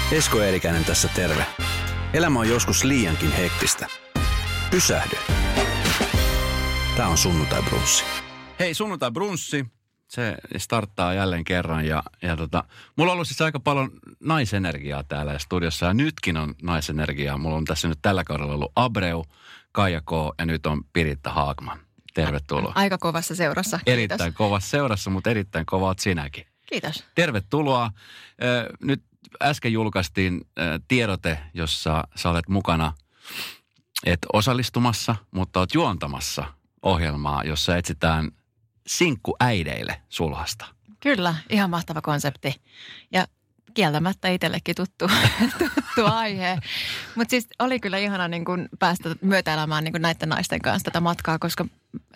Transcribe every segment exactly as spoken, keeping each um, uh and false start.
Esko Eerikäinen tässä terve. Elämä on joskus liiankin hektistä. Pysähdy. Tää on Sunnuntai Brunssi. Hei, Sunnuntai Brunssi. Se starttaa jälleen kerran ja, ja tota, mulla on ollut siis aika paljon naisenergiaa täällä studiossa ja nytkin on naisenergiaa. Mulla on tässä nyt tällä kaudella ollut Abreu, Kaija K. ja nyt on Piritta Haagman. Tervetuloa. Aika kovassa seurassa. Kiitos. Erittäin kovassa seurassa, mutta erittäin kova oot sinäkin. Kiitos. Tervetuloa. Nyt äsken julkaistiin tiedote, jossa sä olet mukana, et osallistumassa, mutta oot juontamassa ohjelmaa, jossa etsitään sinkkuäideille sulhasta. Kyllä, ihan mahtava konsepti. Ja kieltämättä itsellekin tuttu, tuttu aihe. Mutta siis oli kyllä ihana niin kun päästä myötäelämään niin kun näiden naisten kanssa tätä matkaa, koska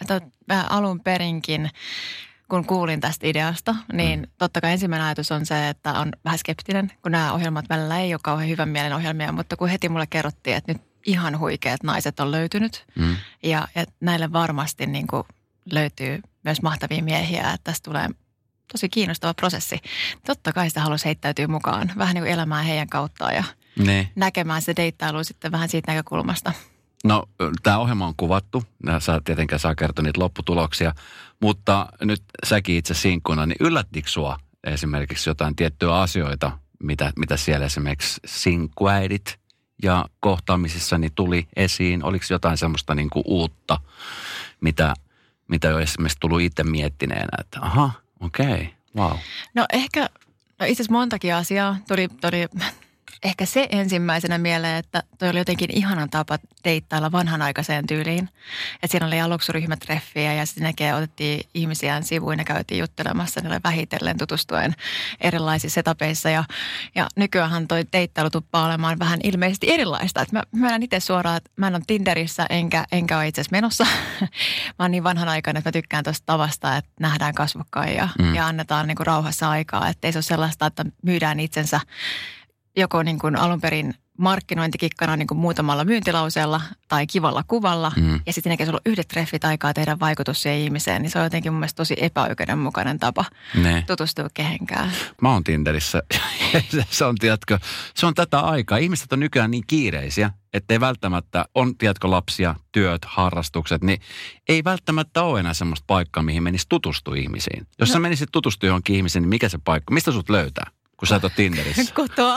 alun perinkin, kun kuulin tästä ideasta, niin mm. totta kai ensimmäinen ajatus on se, että on vähän skeptinen, kun nämä ohjelmat välillä ei ole kauhean hyvän mielen ohjelmia, mutta kun heti mulle kerrottiin, että nyt ihan huikeat naiset on löytynyt mm. ja, ja näille varmasti niin kuin löytyy myös mahtavia miehiä, että tästä tulee tosi kiinnostava prosessi. Totta kai sitä haluaisi heittäytyä mukaan, vähän niin kuin elämään heidän kauttaan ja ne. näkemään se deittailu sitten vähän siitä näkökulmasta. No, tämä ohjelma on kuvattu. Sä tietenkään saa kertoa niitä lopputuloksia, mutta nyt säkin itse sinkkuna, niin yllättikö sua esimerkiksi jotain tiettyjä asioita, mitä, mitä siellä esimerkiksi sinkkuäidit ja kohtaamisissani tuli esiin? Oliko jotain semmoista niin kuin uutta, mitä, mitä jo esimerkiksi tullut itse miettineenä, että aha, okei, okay, wow. No ehkä, no itse asiassa montakin asiaa tuli, tuli ehkä se ensimmäisenä mieleen, että toi oli jotenkin ihanan tapa deittailla vanhanaikaiseen tyyliin. Että siinä oli aluksi ryhmätreffiä ja sitten näkee, otettiin ihmisiään sivuun ja käytiin juttelemassa niille vähitellen tutustuen erilaisissa setapeissa. Ja, ja nykyäänhän toi deittailu tuppaa olemaan vähän ilmeisesti erilaista. Että mä, mä en itse suoraan, että mä en ole Tinderissä enkä, enkä ole itse asiassa menossa. Mä oon niin vanhanaikainen, että mä tykkään tuosta tavasta, että nähdään kasvokkain ja, mm. ja annetaan niinku rauhassa aikaa. Että ei se ole sellaista, että myydään itsensä joko niin kuin alun perin markkinointikikkana niin kuin muutamalla myyntilauseella tai kivalla kuvalla. Mm. Ja sitten sulla on yhdet treffit aikaa tehdä vaikutus siihen ihmiseen, niin se on jotenkin mun mielestä tosi epäoikeudenmukainen tapa ne. tutustua kehenkään. Mä oon Tinderissä. se on, tiedätkö, se on tätä aikaa. Ihmiset on nykyään niin kiireisiä, ettei välttämättä, on tiedätkö lapsia, työt, harrastukset, niin ei välttämättä ole enää semmoista paikkaa, mihin menisi tutustua ihmisiin. Jos no. sä menisit tutustua johonkin ihmiseen, niin mikä se paikka, mistä sut löytää? Kun sä et ole Tinderissä. Kotoa.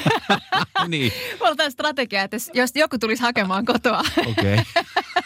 niin. Mulla on tämä strategia, että jos joku tulisi hakemaan kotoa. Okei. Okay.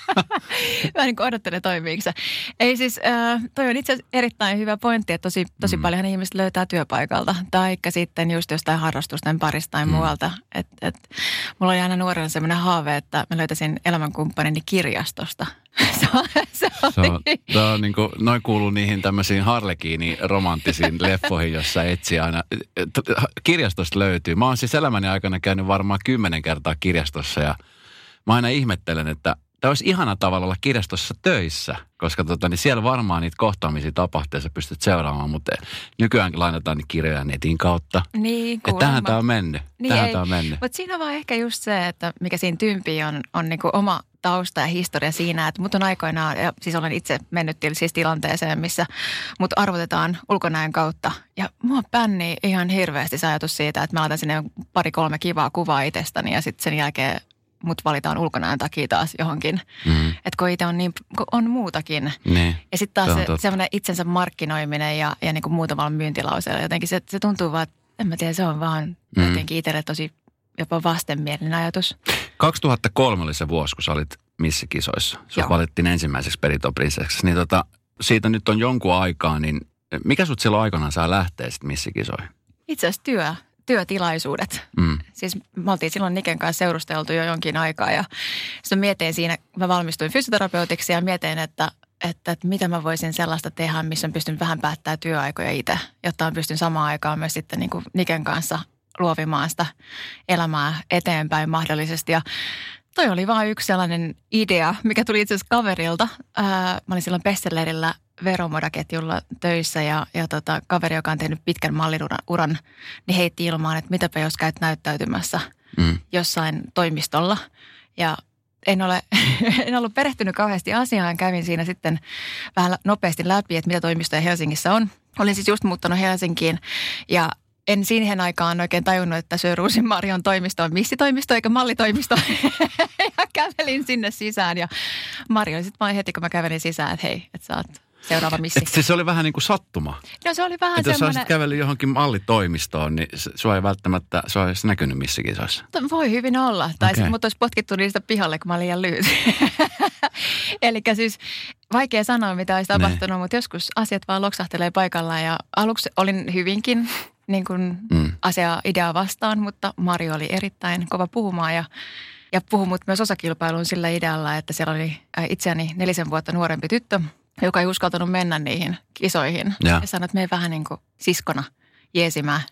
Mä niin kuin odottelen toimiiko se. Ei siis, äh, toi on itse asiassa erittäin hyvä pointti, että tosi, tosi mm. paljon ihmiset löytää työpaikalta. Taikka sitten just jostain harrastusten parista tai mm. muualta. Et, et, mulla oli aina nuorena sellainen haave, että mä löytäisin elämänkumppanini kirjastosta. se on, se on, se on, se on niin kuin, noin kuuluu niihin tämmöisiin harlekiini-romanttisiin leffoihin, jossa etsii aina. Kirjastosta löytyy. Mä oon siis elämäni aikana käynyt varmaan kymmenen kertaa kirjastossa ja mä aina ihmettelen, että tämä olisi ihana tavalla olla kirjastossa töissä, koska tota, niin siellä varmaan niitä kohtaamisia tapahtuu ja sä pystyt seuraamaan, mutta nykyäänkin lainataan niitä kirjoja netin kautta. Niin, kuulemma. Tähän tämä on mennyt. Niin tähän ei, tämä on mennyt. Mutta siinä on vaan ehkä just se, että mikä siinä tympii on, on niinku oma tausta ja historia siinä, että mut on aikoinaan, ja siis olen itse mennyt siis tilanteeseen, missä mut arvotetaan ulkonäön kautta. Ja mua pännii ihan hirveästi se ajatus siitä, että mä laitan sinne pari-kolme kivaa kuvaa itsestäni ja sitten sen jälkeen mut valitaan ulkonäön takia taas johonkin. Mm. Että kun itse on, niin, on muutakin. Ne, ja sitten taas se, se semmoinen itsensä markkinoiminen ja, ja niin kuin muutamalla myyntilauseella. Jotenkin se, se tuntuu vaan, en mä tiedä, se on vaan mm. jotenkin itselle tosi jopa vastenmielinen ajatus. kaksituhattakolme oli se vuosi, kun sä olit Missikisoissa. Sut valittiin ensimmäiseksi peritoprinsessaksi. Niin tota, siitä nyt on jonkun aikaa, niin mikä sut silloin aikanaan saa lähteä sitten Missikisoihin? Itse asiassa työ. Työtilaisuudet. Mm. Siis me oltiin silloin Niken kanssa seurusteltu jo jonkin aikaa ja sitten mietin siinä, mä valmistuin fysioterapeutiksi ja mietin, että, että, että mitä mä voisin sellaista tehdä, missä mä pystyn vähän päättämään työaikoja itse, jotta mä pystyn samaan aikaan myös sitten niin kuin Niken kanssa luovimaan sitä elämää eteenpäin mahdollisesti ja toi oli vaan yksi sellainen idea, mikä tuli itse asiassa kaverilta. Ää, mä olin silloin Bestsellerillä Veromodaketjulla töissä ja, ja tota, kaveri, joka on tehnyt pitkän mallinuran, uran, niin heitti ilmaan, että mitäpä jos käyt näyttäytymässä mm. jossain toimistolla. Ja en ole en ollut perehtynyt kauheasti asiaan. Kävin siinä sitten vähän nopeasti läpi, että mitä toimistoja Helsingissä on. Olin siis just muuttanut Helsinkiin ja en siihen aikaan oikein tajunnut, että Sjörosin Marion toimisto on missitoimisto eikä mallitoimisto. Ja kävelin sinne sisään ja Mari oli sitten vain heti, kun mä kävelin sisään, että hei, että sä oot seuraava missi. Et siis se oli vähän niin kuin sattuma. No se oli vähän että semmoinen... jos sä olisit kävellyt johonkin mallitoimistoon, niin sua ei välttämättä, sua ei edes näkynyt missäkisoissa. Voi hyvin olla. Tai okay. sitten mut olisi potkittu niistä pihalle, kun mä olin liian lyhyt. Eli siis vaikea sanoa, mitä olisi tapahtunut, mutta joskus asiat vaan loksahtelee paikallaan. Ja aluksi olin hyvinkin niin kuin mm. asia ideaa vastaan, mutta Mari oli erittäin kova puhumaan ja, ja puhui mut myös osakilpailuun sillä idealla, että siellä oli itseäni nelisen vuotta nuorempi tyttö, joka ei uskaltanut mennä niihin kisoihin. Ja, ja sanoi, että me ei vähän niin kuin siskona jeesimään.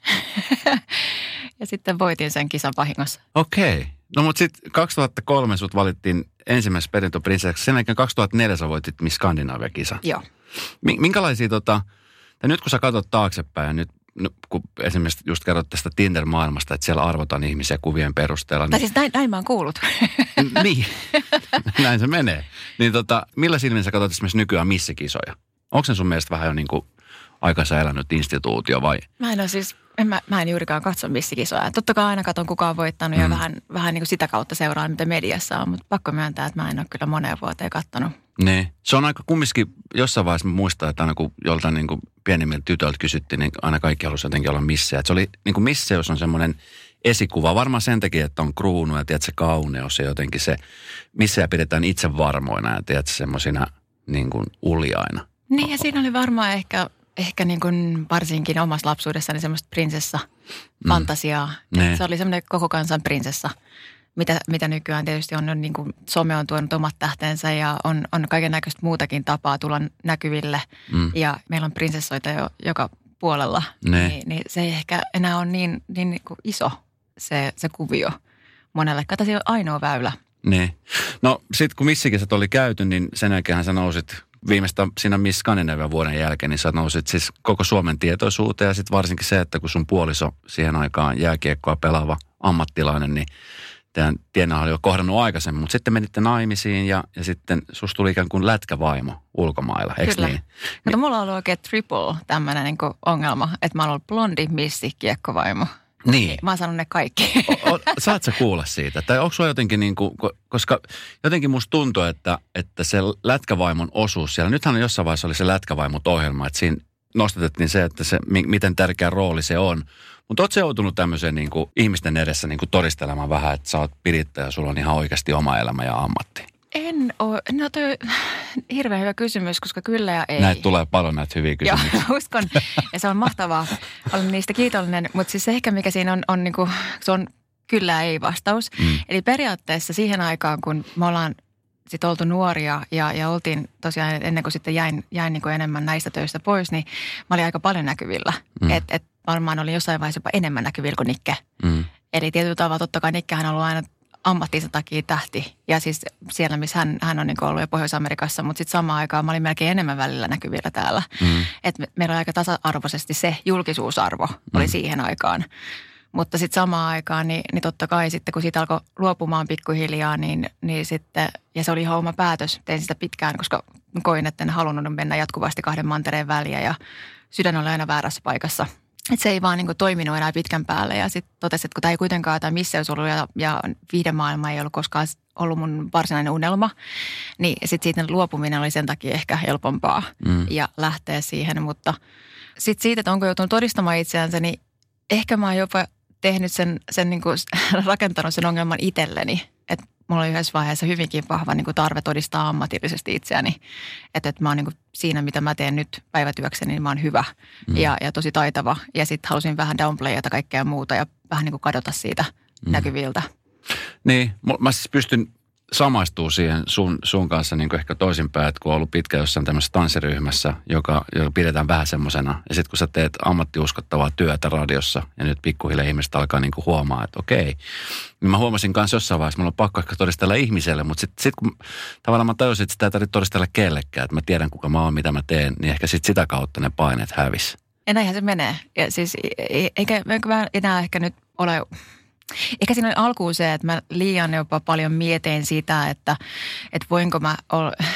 Ja sitten voitin sen kisan vahingossa. Okei. Okay. No mutta sitten kaksituhattakolme sut valittiin ensimmäisessä perintöprinsessaksi. Sen jälkeen kaksituhattaneljä sä voitit Miss Scandinavia-kisa. Joo. Minkälaisia tota, ja nyt kun sä katsot taaksepäin ja nyt kun esimerkiksi just kerrot tästä Tinder-maailmasta, että siellä arvotaan ihmisiä kuvien perusteella. Tai niin, siis näin, näin mä oon kuullut. Niin, näin se menee. Niin tota, millä silmin sä katsot esimerkiksi nykyään missikisoja? Onko se sun mielestä vähän jo niin kuin aikansa elänyt instituutio vai? Mä en ole siis, en mä, mä en juurikaan katso missikisoja. Totta kai aina katson kuka on voittanut mm. ja vähän, vähän niin kuin sitä kautta seuraan, mitä mediassa on. Mutta pakko myöntää, että mä en ole kyllä moneen vuoteen kattonut. Niin. Se on aika kumminkin, jossain vaiheessa muistaa, että aina kun joltain niin kuin pienimmiltä tytöltä kysyttiin, niin aina kaikki halusi jotenkin olla missejä. Se oli, niin kuin misseys on semmoinen esikuva, varmaan sen takia, että on kruunu ja tiedät, se kauneus ja jotenkin se, missejä pidetään itse varmoina ja tiedät, semmoisina niin kuin uljaina. Niin ja siinä oli varmaan ehkä, ehkä niin kuin varsinkin omassa lapsuudessani semmoista prinsessa-fantasiaa. Mm. Se oli semmoinen koko kansan prinsessa. Mitä, mitä nykyään tietysti on, on niin kuin some on tuonut omat tähteensä ja on, on kaiken näköistä muutakin tapaa tulla näkyville. Mm. Ja meillä on prinsessoita jo joka puolella, niin, niin se ei ehkä enää ole niin, niin, niin kuin iso se, se kuvio monelle. Kato, se on ainoa väylä. Niin. No sitten kun missikisat oli käyty, niin sen jälkeen sä nousit viimeistä siinä Miss Scandinavia vuoden jälkeen, niin sä nousit siis koko Suomen tietoisuuteen ja sitten varsinkin se, että kun sun puoliso siihen aikaan jääkiekkoa pelaava ammattilainen, niin teidän tienä oli jo kohdannut aikaisemmin, mutta sitten menitte naimisiin ja, ja sitten susta tuli ikään kuin lätkävaimo ulkomailla, eikö Kyllä. niin? Mutta mulla on ollut oikein triple tämmöinen niin kuin ongelma, että mä oon ollut blondi, missi, kiekkovaimo. Niin. Mä oon sanonut ne kaikki. O, o, saat sä kuulla siitä? Tai onko sulla jotenkin niin kuin, koska jotenkin musta tuntuu, että, että se lätkävaimon osuus siellä, nythän on jossain vaiheessa oli se lätkävaimot-ohjelma, että siinä nostatettiin se, että se, miten tärkeä rooli se on. Mutta ootko sä joutunut tämmöiseen niin kuin ihmisten edessä niin kuin todistelemaan vähän, että sä oot pirittäjä ja sulla on ihan oikeasti oma elämä ja ammatti? En ole. No toi hirveän hyvä kysymys, koska kyllä ja ei. Näitä tulee paljon näitä hyviä kysymyksiä. Joo, uskon. Ja se on mahtavaa. Olen niistä kiitollinen. Mutta siis se ehkä mikä siinä on, on niin kuin, se on kyllä ja ei vastaus. Mm. Eli periaatteessa siihen aikaan, kun me ollaan sitten oltu nuoria ja, ja oltiin tosiaan ennen kuin sitten jäin, jäin niin kuin enemmän näistä töistä pois, niin mä olin aika paljon näkyvillä. Mm. Että et varmaan olin jossain vaiheessa jopa enemmän näkyvillä kuin Nikke. Mm. Eli tietyllä tavalla totta kai Nikkehän on ollut aina ammattinsa takia tähti. Ja siis siellä, missä hän, hän on niin kuin ollut jo Pohjois-Amerikassa, mutta sitten samaan aikaan mä olin melkein enemmän välillä näkyvillä täällä. Mm. Että me, meillä oli aika tasa-arvoisesti se julkisuusarvo oli mm. siihen aikaan. Mutta sitten samaan aikaan, niin, niin totta kai sitten kun siitä alkoi luopumaan pikkuhiljaa, niin, niin sitten, ja se oli ihan oma päätös, tein sitä pitkään, koska koin, että en halunnut mennä jatkuvasti kahden mantereen väliä ja sydän oli aina väärässä paikassa. Että se ei vaan niin kuin toiminut enää pitkän päälle ja sitten totesin, että kun tämä ei kuitenkaan tämä misseys ollut ja, ja viihdemaailma ei ollut koskaan ollut mun varsinainen unelma, niin sitten siitä luopuminen oli sen takia ehkä helpompaa mm. ja lähteä siihen, mutta sitten siitä, että onko joutunut todistamaan itseänsä, niin ehkä mä oon jopa tehnyt sen, sen niin kuin, rakentanut sen ongelman itselleni. Että mulla oli yhdessä vaiheessa hyvinkin vahva niin kuin tarve todistaa ammatillisesti itseäni. Että, että mä oon niin kuin siinä, mitä mä teen nyt päivätyökseni, niin mä oon hyvä mm. ja, ja tosi taitava. Ja sitten halusin vähän downplayata kaikkea muuta ja vähän niin kuin kadota siitä mm. näkyviltä. Niin, mä siis pystyn samaistuu siihen sun, sun kanssa niin kuin ehkä toisinpäin, että kun on ollut pitkä jossain tämmöisessä tanssiryhmässä, joka, joka pidetään vähän semmosena. Ja sitten kun sä teet ammattiuskottavaa työtä radiossa ja nyt pikkuhiljaa ihmiset alkaa niin kuin huomaa, että okei. Niin mä huomasin kanssa jossain vaiheessa, mulla on pakko ehkä todistella ihmiselle, mutta sitten sit kun tavallaan mä tajusin, että sitä ei tarvitse todistella kellekään, että mä tiedän kuka mä oon, mitä mä teen, niin ehkä sitten sitä kautta ne paineet hävis. Ja näinhän se menee. Ja siis eikä, eikä mä enää ehkä nyt ole... Ehkä siinä on alkuun se, että mä liian jopa paljon mietin sitä, että, että voinko mä, ol,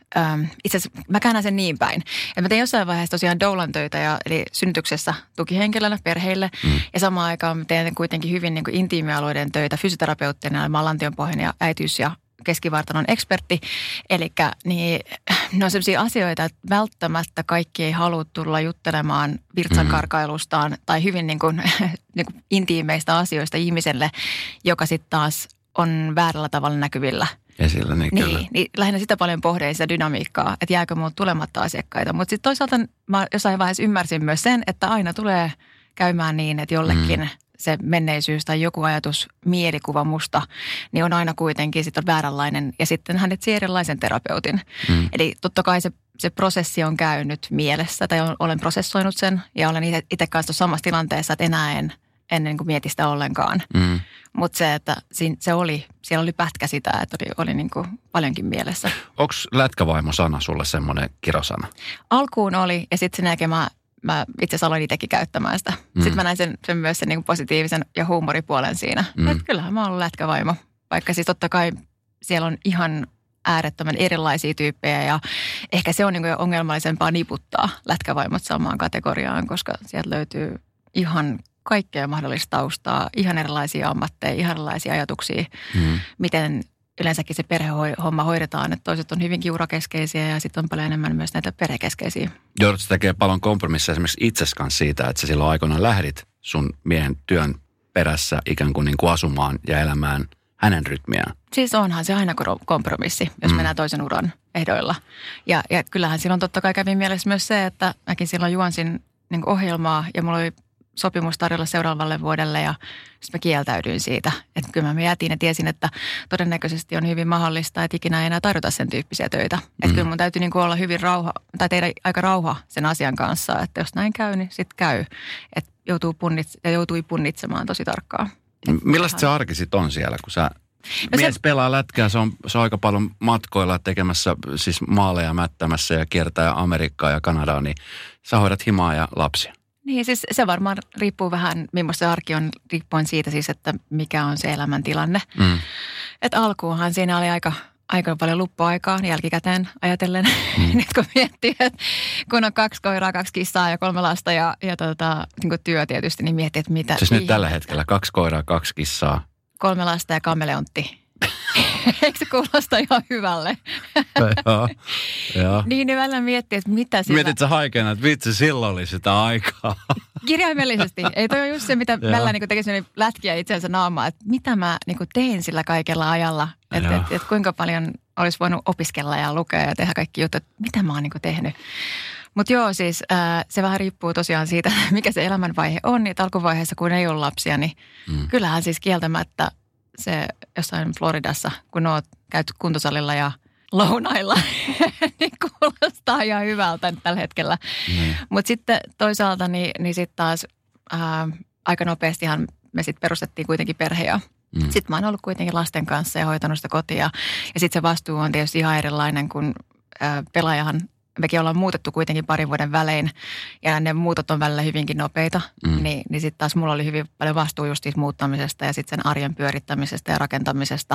ähm, itse asiassa mä käännän sen niin päin. Että mä tein jossain vaiheessa tosiaan doulan töitä, ja, eli synnytyksessä tukihenkilönä perheille. Mm. Ja samaan aikaan mä teen kuitenkin hyvin niin kuin intiimialueiden töitä fysioterapeuttina. Mä oon lantionpohjan ja äitiys- ja keskivartalon ekspertti. Eli niin, ne on sellaisia asioita, että välttämättä kaikki ei halua tulla juttelemaan virtsankarkailustaan tai hyvin niin kuin, niin kuin intiimeistä asioista ihmiselle, joka sitten taas on väärällä tavalla näkyvillä. Esillä, niin, niin kyllä. Niin lähinnä sitä paljon pohdin sitä dynamiikkaa, että jääkö mulle tulematta asiakkaita. Mutta sitten toisaalta mä jossain vaiheessa ymmärsin myös sen, että aina tulee käymään niin, että jollekin mm. se menneisyys tai joku ajatus, mielikuva musta, niin on aina kuitenkin sitten vääränlainen. Ja sitten hän etsii erilaisen terapeutin. Mm. Eli totta kai se, se prosessi on käynyt mielessä tai olen prosessoinut sen ja olen itse kanssa samassa tilanteessa, että enää en, en niin kuin mieti sitä ollenkaan. Mm. Mutta se, että se oli, siellä oli pätkä sitä, että oli, oli niin kuin paljonkin mielessä. Onko lätkävaimo-sana sulle semmoinen kirosana? Alkuun oli, ja sitten sen jälkeen mä, mä itse asiassa aloin itsekin käyttämään sitä. Mm. Sitten mä näin sen, sen myös sen niin kuin positiivisen ja huumoripuolen siinä. Mm. Että kyllähän mä oon ollut lätkävaimo. Vaikka siis totta kai siellä on ihan äärettömän erilaisia tyyppejä, ja ehkä se on niin kuin ongelmallisempaa niputtaa lätkävaimot samaan kategoriaan, koska sieltä löytyy ihan kaikkea mahdollista taustaa, ihan erilaisia ammatteja, ihan erilaisia ajatuksia, mm. miten yleensäkin se perhehomma hoidetaan. Että toiset on hyvin kiurakeskeisiä ja sitten on paljon enemmän myös näitä perhekeskeisiä. Joudutko tekemään paljon kompromisseja esimerkiksi itsesi kanssa siitä, että sä silloin aikoinaan lähdit sun miehen työn perässä ikään kuin, niin kuin asumaan ja elämään hänen rytmiään? Siis onhan se aina kompromissi, jos mm. mennään toisen uran ehdoilla. Ja, ja kyllähän silloin totta kai kävi mielessä myös se, että mäkin silloin juonsin niin kuin ohjelmaa ja mulla oli sopimus tarjolla seuraavalle vuodelle ja sitten mä kieltäydyin siitä. Että kyllä mä jätin ja tiesin, että todennäköisesti on hyvin mahdollista, että ikinä ei enää tarjota sen tyyppisiä töitä. Mm. Että kyllä mun täytyy niin kuin olla hyvin rauha, tai tehdä aika rauha sen asian kanssa, että jos näin käy, niin sitten käy. Että joutuu punnits- ja joutui punnitsemaan tosi tarkkaan. Millaista se arki sitten on siellä, kun sä no mies se pelaa lätkää, se on, se on aika paljon matkoilla tekemässä siis maaleja mättämässä ja kiertää Amerikkaa ja Kanadaa, niin sä hoidat himaa ja lapsia. Niin, siis se varmaan riippuu vähän, millaista se arki on, riippuen siitä siis, että mikä on se elämäntilanne. Mm. Että alkuunhan siinä oli aika, aika paljon luppuaikaa jälkikäteen ajatellen, mm. nyt kun miettii, että kun on kaksi koiraa, kaksi kissaa ja kolme lasta ja, ja tota, niin kuin työ tietysti, niin miettii, että mitä. Siis nyt tällä hetkellä kaksi koiraa, kaksi kissaa. Kolme lasta ja kameleontti. Eikö se kuulosta ihan hyvälle? Joo, joo. Niin, niin välillä miettii, että mitä sillä... Mietit sä haikeena, että vitsi, silloin oli sitä aikaa. Kirjaimellisesti. Ei toi ole just se, mitä välillä niin tekisi lätkiä itsensä naamaa, että mitä mä niin tein sillä kaikella ajalla. Että et, et kuinka paljon olisi voinut opiskella ja lukea ja tehdä kaikki jutut, että mitä mä oon niin tehnyt. Mutta joo, siis äh, se vähän riippuu tosiaan siitä, mikä se elämänvaihe on. Niin alkuvaiheessa, kun ei ole lapsia, niin mm. kyllähän siis kieltämättä se jossain Floridassa, kun oot käyty kuntosalilla ja lounailla, niin kuulostaa ihan hyvältä tällä hetkellä. Mm. Mutta sitten toisaalta, niin, niin sitten taas ää, aika nopeastihan me sitten perustettiin kuitenkin perhe ja mm. sitten mä oon ollut kuitenkin lasten kanssa ja hoitanut sitä kotia. Ja sitten se vastuu on tietysti ihan erilainen, kun ää, pelaajahan, mekin ollaan muutettu kuitenkin parin vuoden välein ja ne muutot on välillä hyvinkin nopeita. Mm. Niin, niin sitten taas mulla oli hyvin paljon vastuu just siitä muuttamisesta ja sitten sen arjen pyörittämisestä ja rakentamisesta.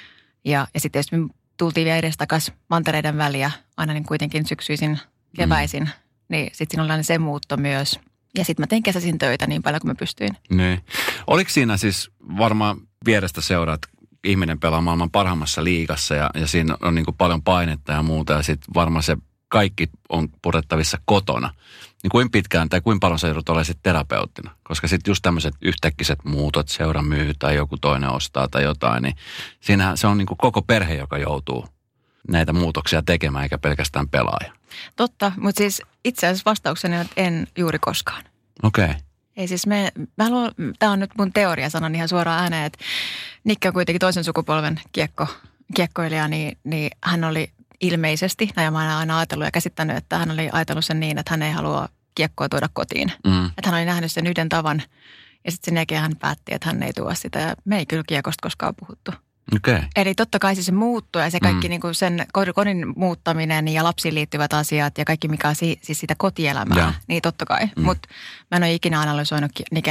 Ja, ja sitten jos me tultiin vielä edestakaisin mantereiden väliä aina niin kuitenkin syksyisin, keväisin, mm. niin sitten siinä oli aina se muutto myös. Ja sitten mä tein kesäisin töitä niin paljon kuin mä pystyin. Niin. Oliko siinä siis varmaan vierestä seuraat, ihminen pelaa maailman parhaimmassa liigassa ja, ja siinä on niin kuin paljon painetta ja muuta ja sitten varmaan se kaikki on purettavissa kotona. Niin kuin pitkään tai kuinka paljon sä joudut olemaan sitten terapeuttina? Koska sitten just tämmöiset yhtäkkiset muutot, seura myy tai joku toinen ostaa tai jotain, niin siinähän se on niin kuin koko perhe, joka joutuu näitä muutoksia tekemään, eikä pelkästään pelaaja. Totta, mutta siis itse asiassa vastaukseni on, että en juuri koskaan. Okei. Okay. Ei siis me, mä haluan, tää on nyt mun teoria, sanon ihan suoraan ääneen, että Nikke on kuitenkin toisen sukupolven kiekko, kiekkoilija, niin, niin hän oli ilmeisesti, näin mä oon aina ajatellut ja käsittänyt, että hän oli ajatellut sen niin, että hän ei halua kiekkoa tuoda kotiin. Mm. Että hän oli nähnyt sen yhden tavan ja sitten sen jälkeen hän päätti, että hän ei tuo sitä ja me ei kyllä kiekosta koskaan puhuttu. Okay. Eli totta kai se, se muuttuu ja se kaikki mm. niin kuin sen kodin muuttaminen ja lapsiin liittyvät asiat ja kaikki mikä on si, siis sitä kotielämää, ja. Niin totta kai. Mm. Mutta mä en ole ikinä analysoinut Niken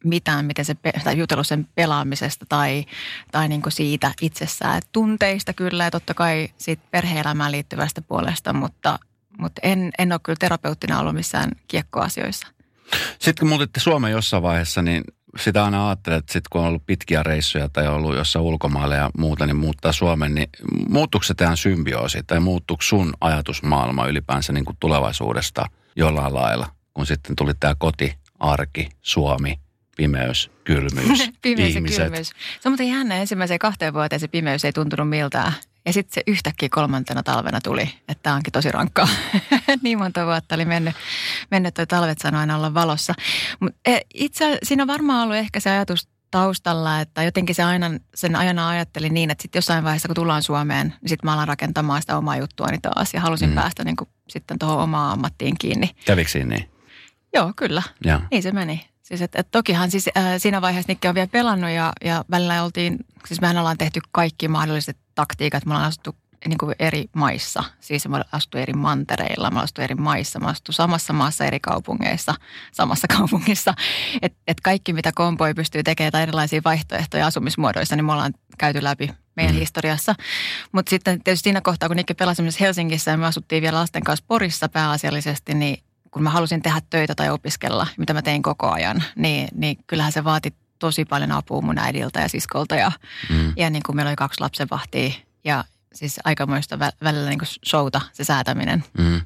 mitään, miten se, tai jutellut sen pelaamisesta tai, tai niin kuin siitä itsessään. Et tunteista kyllä ja totta kai siitä perhe-elämään liittyvästä puolesta, mutta, mutta en, en ole kyllä terapeuttina ollut missään kiekkoasioissa. Sitten kun muutitte Suomeen jossain vaiheessa, niin sitä aina ajattelet, että sitten kun on ollut pitkiä reissuja tai ollut jossain ulkomailla ja muuta, niin muuttaa Suomen, niin muuttuuko se tähän symbioosi tai muuttuuko sun ajatusmaailma ylipäänsä niin kuin tulevaisuudesta jollain lailla, kun sitten tuli tämä koti, arki, Suomi, pimeys, kylmyys, pimeys ihmiset. Ja kylmyys. Se on muuten jännä, ensimmäiseen kahteen vuoteen se pimeys ei tuntunut miltään. Ja sitten se yhtäkkiä kolmantena talvena tuli, että tämä onkin tosi rankkaa. Niin monta vuotta oli mennyt, mennyt toi talvet sanoi aina olla valossa. Mut itse siinä on varmaan ollut ehkä se ajatus taustalla, että jotenkin se aina, sen aina ajattelin niin, että sitten jossain vaiheessa kun tullaan Suomeen, niin sitten mä alan rakentamaan sitä omaa juttuani taas. Ja halusin mm. päästä niin kuin sitten tuohon omaan ammattiin kiinni. Kävikö siinä niin? Joo, kyllä. Ja. Niin se meni. Siis et, et tokihan siis äh, siinä vaiheessa Nikke on vielä pelannut ja, ja välillä oltiin, siis mehän ollaan tehty kaikki mahdolliset taktiikat. Me ollaan asuttu niin kuin eri maissa, siis me ollaan asuttu eri mantereilla, me ollaan asuttu eri maissa, me ollaan asuttu samassa maassa eri kaupungeissa, samassa kaupungissa. Että et kaikki mitä kompoi pystyy tekemään tai erilaisia vaihtoehtoja asumismuodoissa, niin me ollaan käyty läpi meidän mm. historiassa. Mutta sitten tietysti siinä kohtaa, kun Nikke pelasi myös Helsingissä ja me asuttiin vielä lasten kanssa Porissa pääasiallisesti, niin kun mä halusin tehdä töitä tai opiskella, mitä mä tein koko ajan, niin, niin kyllähän se vaati tosi paljon apua mun äidiltä ja siskolta. Ja, mm. ja niin kuin meillä oli kaksi lapsenvahtia ja siis aikamoista välillä niin kuin showta se säätäminen. Mm.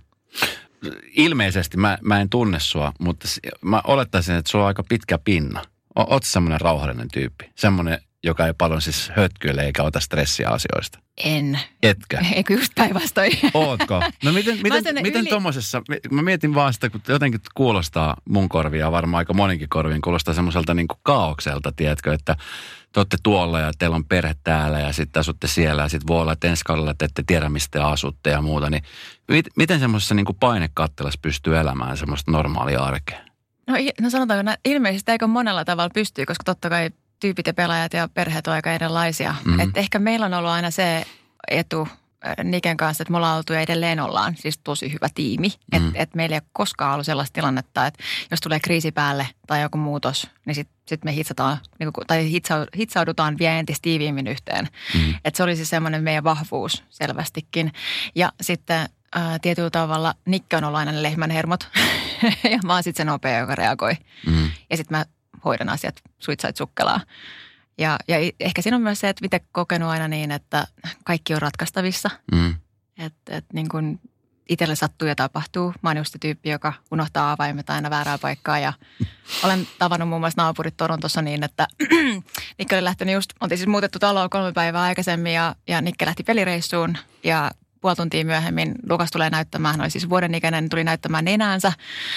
Ilmeisesti, mä, mä en tunne sua, mutta mä olettaisin, että sulla on aika pitkä pinna. Oot semmoinen rauhallinen tyyppi, semmoinen, joka ei paljon siis hötkyile eikä ota stressiä asioista. En. Etkö? Eikö just päinvastoin. Ootko? No miten, miten, miten yli... tommosessa, mä mietin vaan sitä, kun jotenkin kuulostaa mun korvia, varmaan aika moninkin korviin, kuulostaa semmoiselta niin kuin kaaokselta, tiedätkö, että te olette tuolla ja teillä on perhe täällä ja sitten asutte siellä ja sitten voi olla, että ensi kaudella te ette tiedä, mistä te asutte ja muuta, niin mit, miten semmoisessa niin kuin painekattilassa pystyy elämään semmoista normaalia arkea? No, no sanotaanko, ilmeisesti eikö monella tavalla pystyy, koska totta kai tyypit ja pelaajat ja perheet on aika erilaisia. Mm-hmm. Et ehkä meillä on ollut aina se etu Niken kanssa, että me ollaan oltu ja edelleen ollaan siis tosi hyvä tiimi. Mm-hmm. Että et meillä ei ole koskaan ollut sellaista tilannetta, että jos tulee kriisi päälle tai joku muutos, niin sitten sit me hitsataan, niin kuin, tai hitsaudutaan vielä entistä tiiviimmin yhteen. Mm-hmm. Että se oli siis semmoinen meidän vahvuus selvästikin. Ja sitten ää, tietyllä tavalla Nikke on ollut aina ne lehmän hermot ja mä oon sitten se nopea, joka reagoi. Mm-hmm. Ja sitten mä hoidan asiat suitsait sukkelaa. Ja, ja ehkä siinä on myös se, että itse kokenut aina niin, että kaikki on ratkaistavissa. Mm. Että et niin kuin itselle sattuu ja tapahtuu. Mä oon just se tyyppi, joka unohtaa avaimet aina väärää paikkaa. Ja olen tavannut muun muassa naapurit Torontossa niin, että Nikke oli lähtenyt just, oltiin siis muutettu taloa kolme päivää aikaisemmin ja, ja Nikke lähti pelireissuun. Ja puoli tuntia myöhemmin Lukas tulee näyttämään, hän oli siis vuoden ikäinen, tuli näyttämään nenäänsä.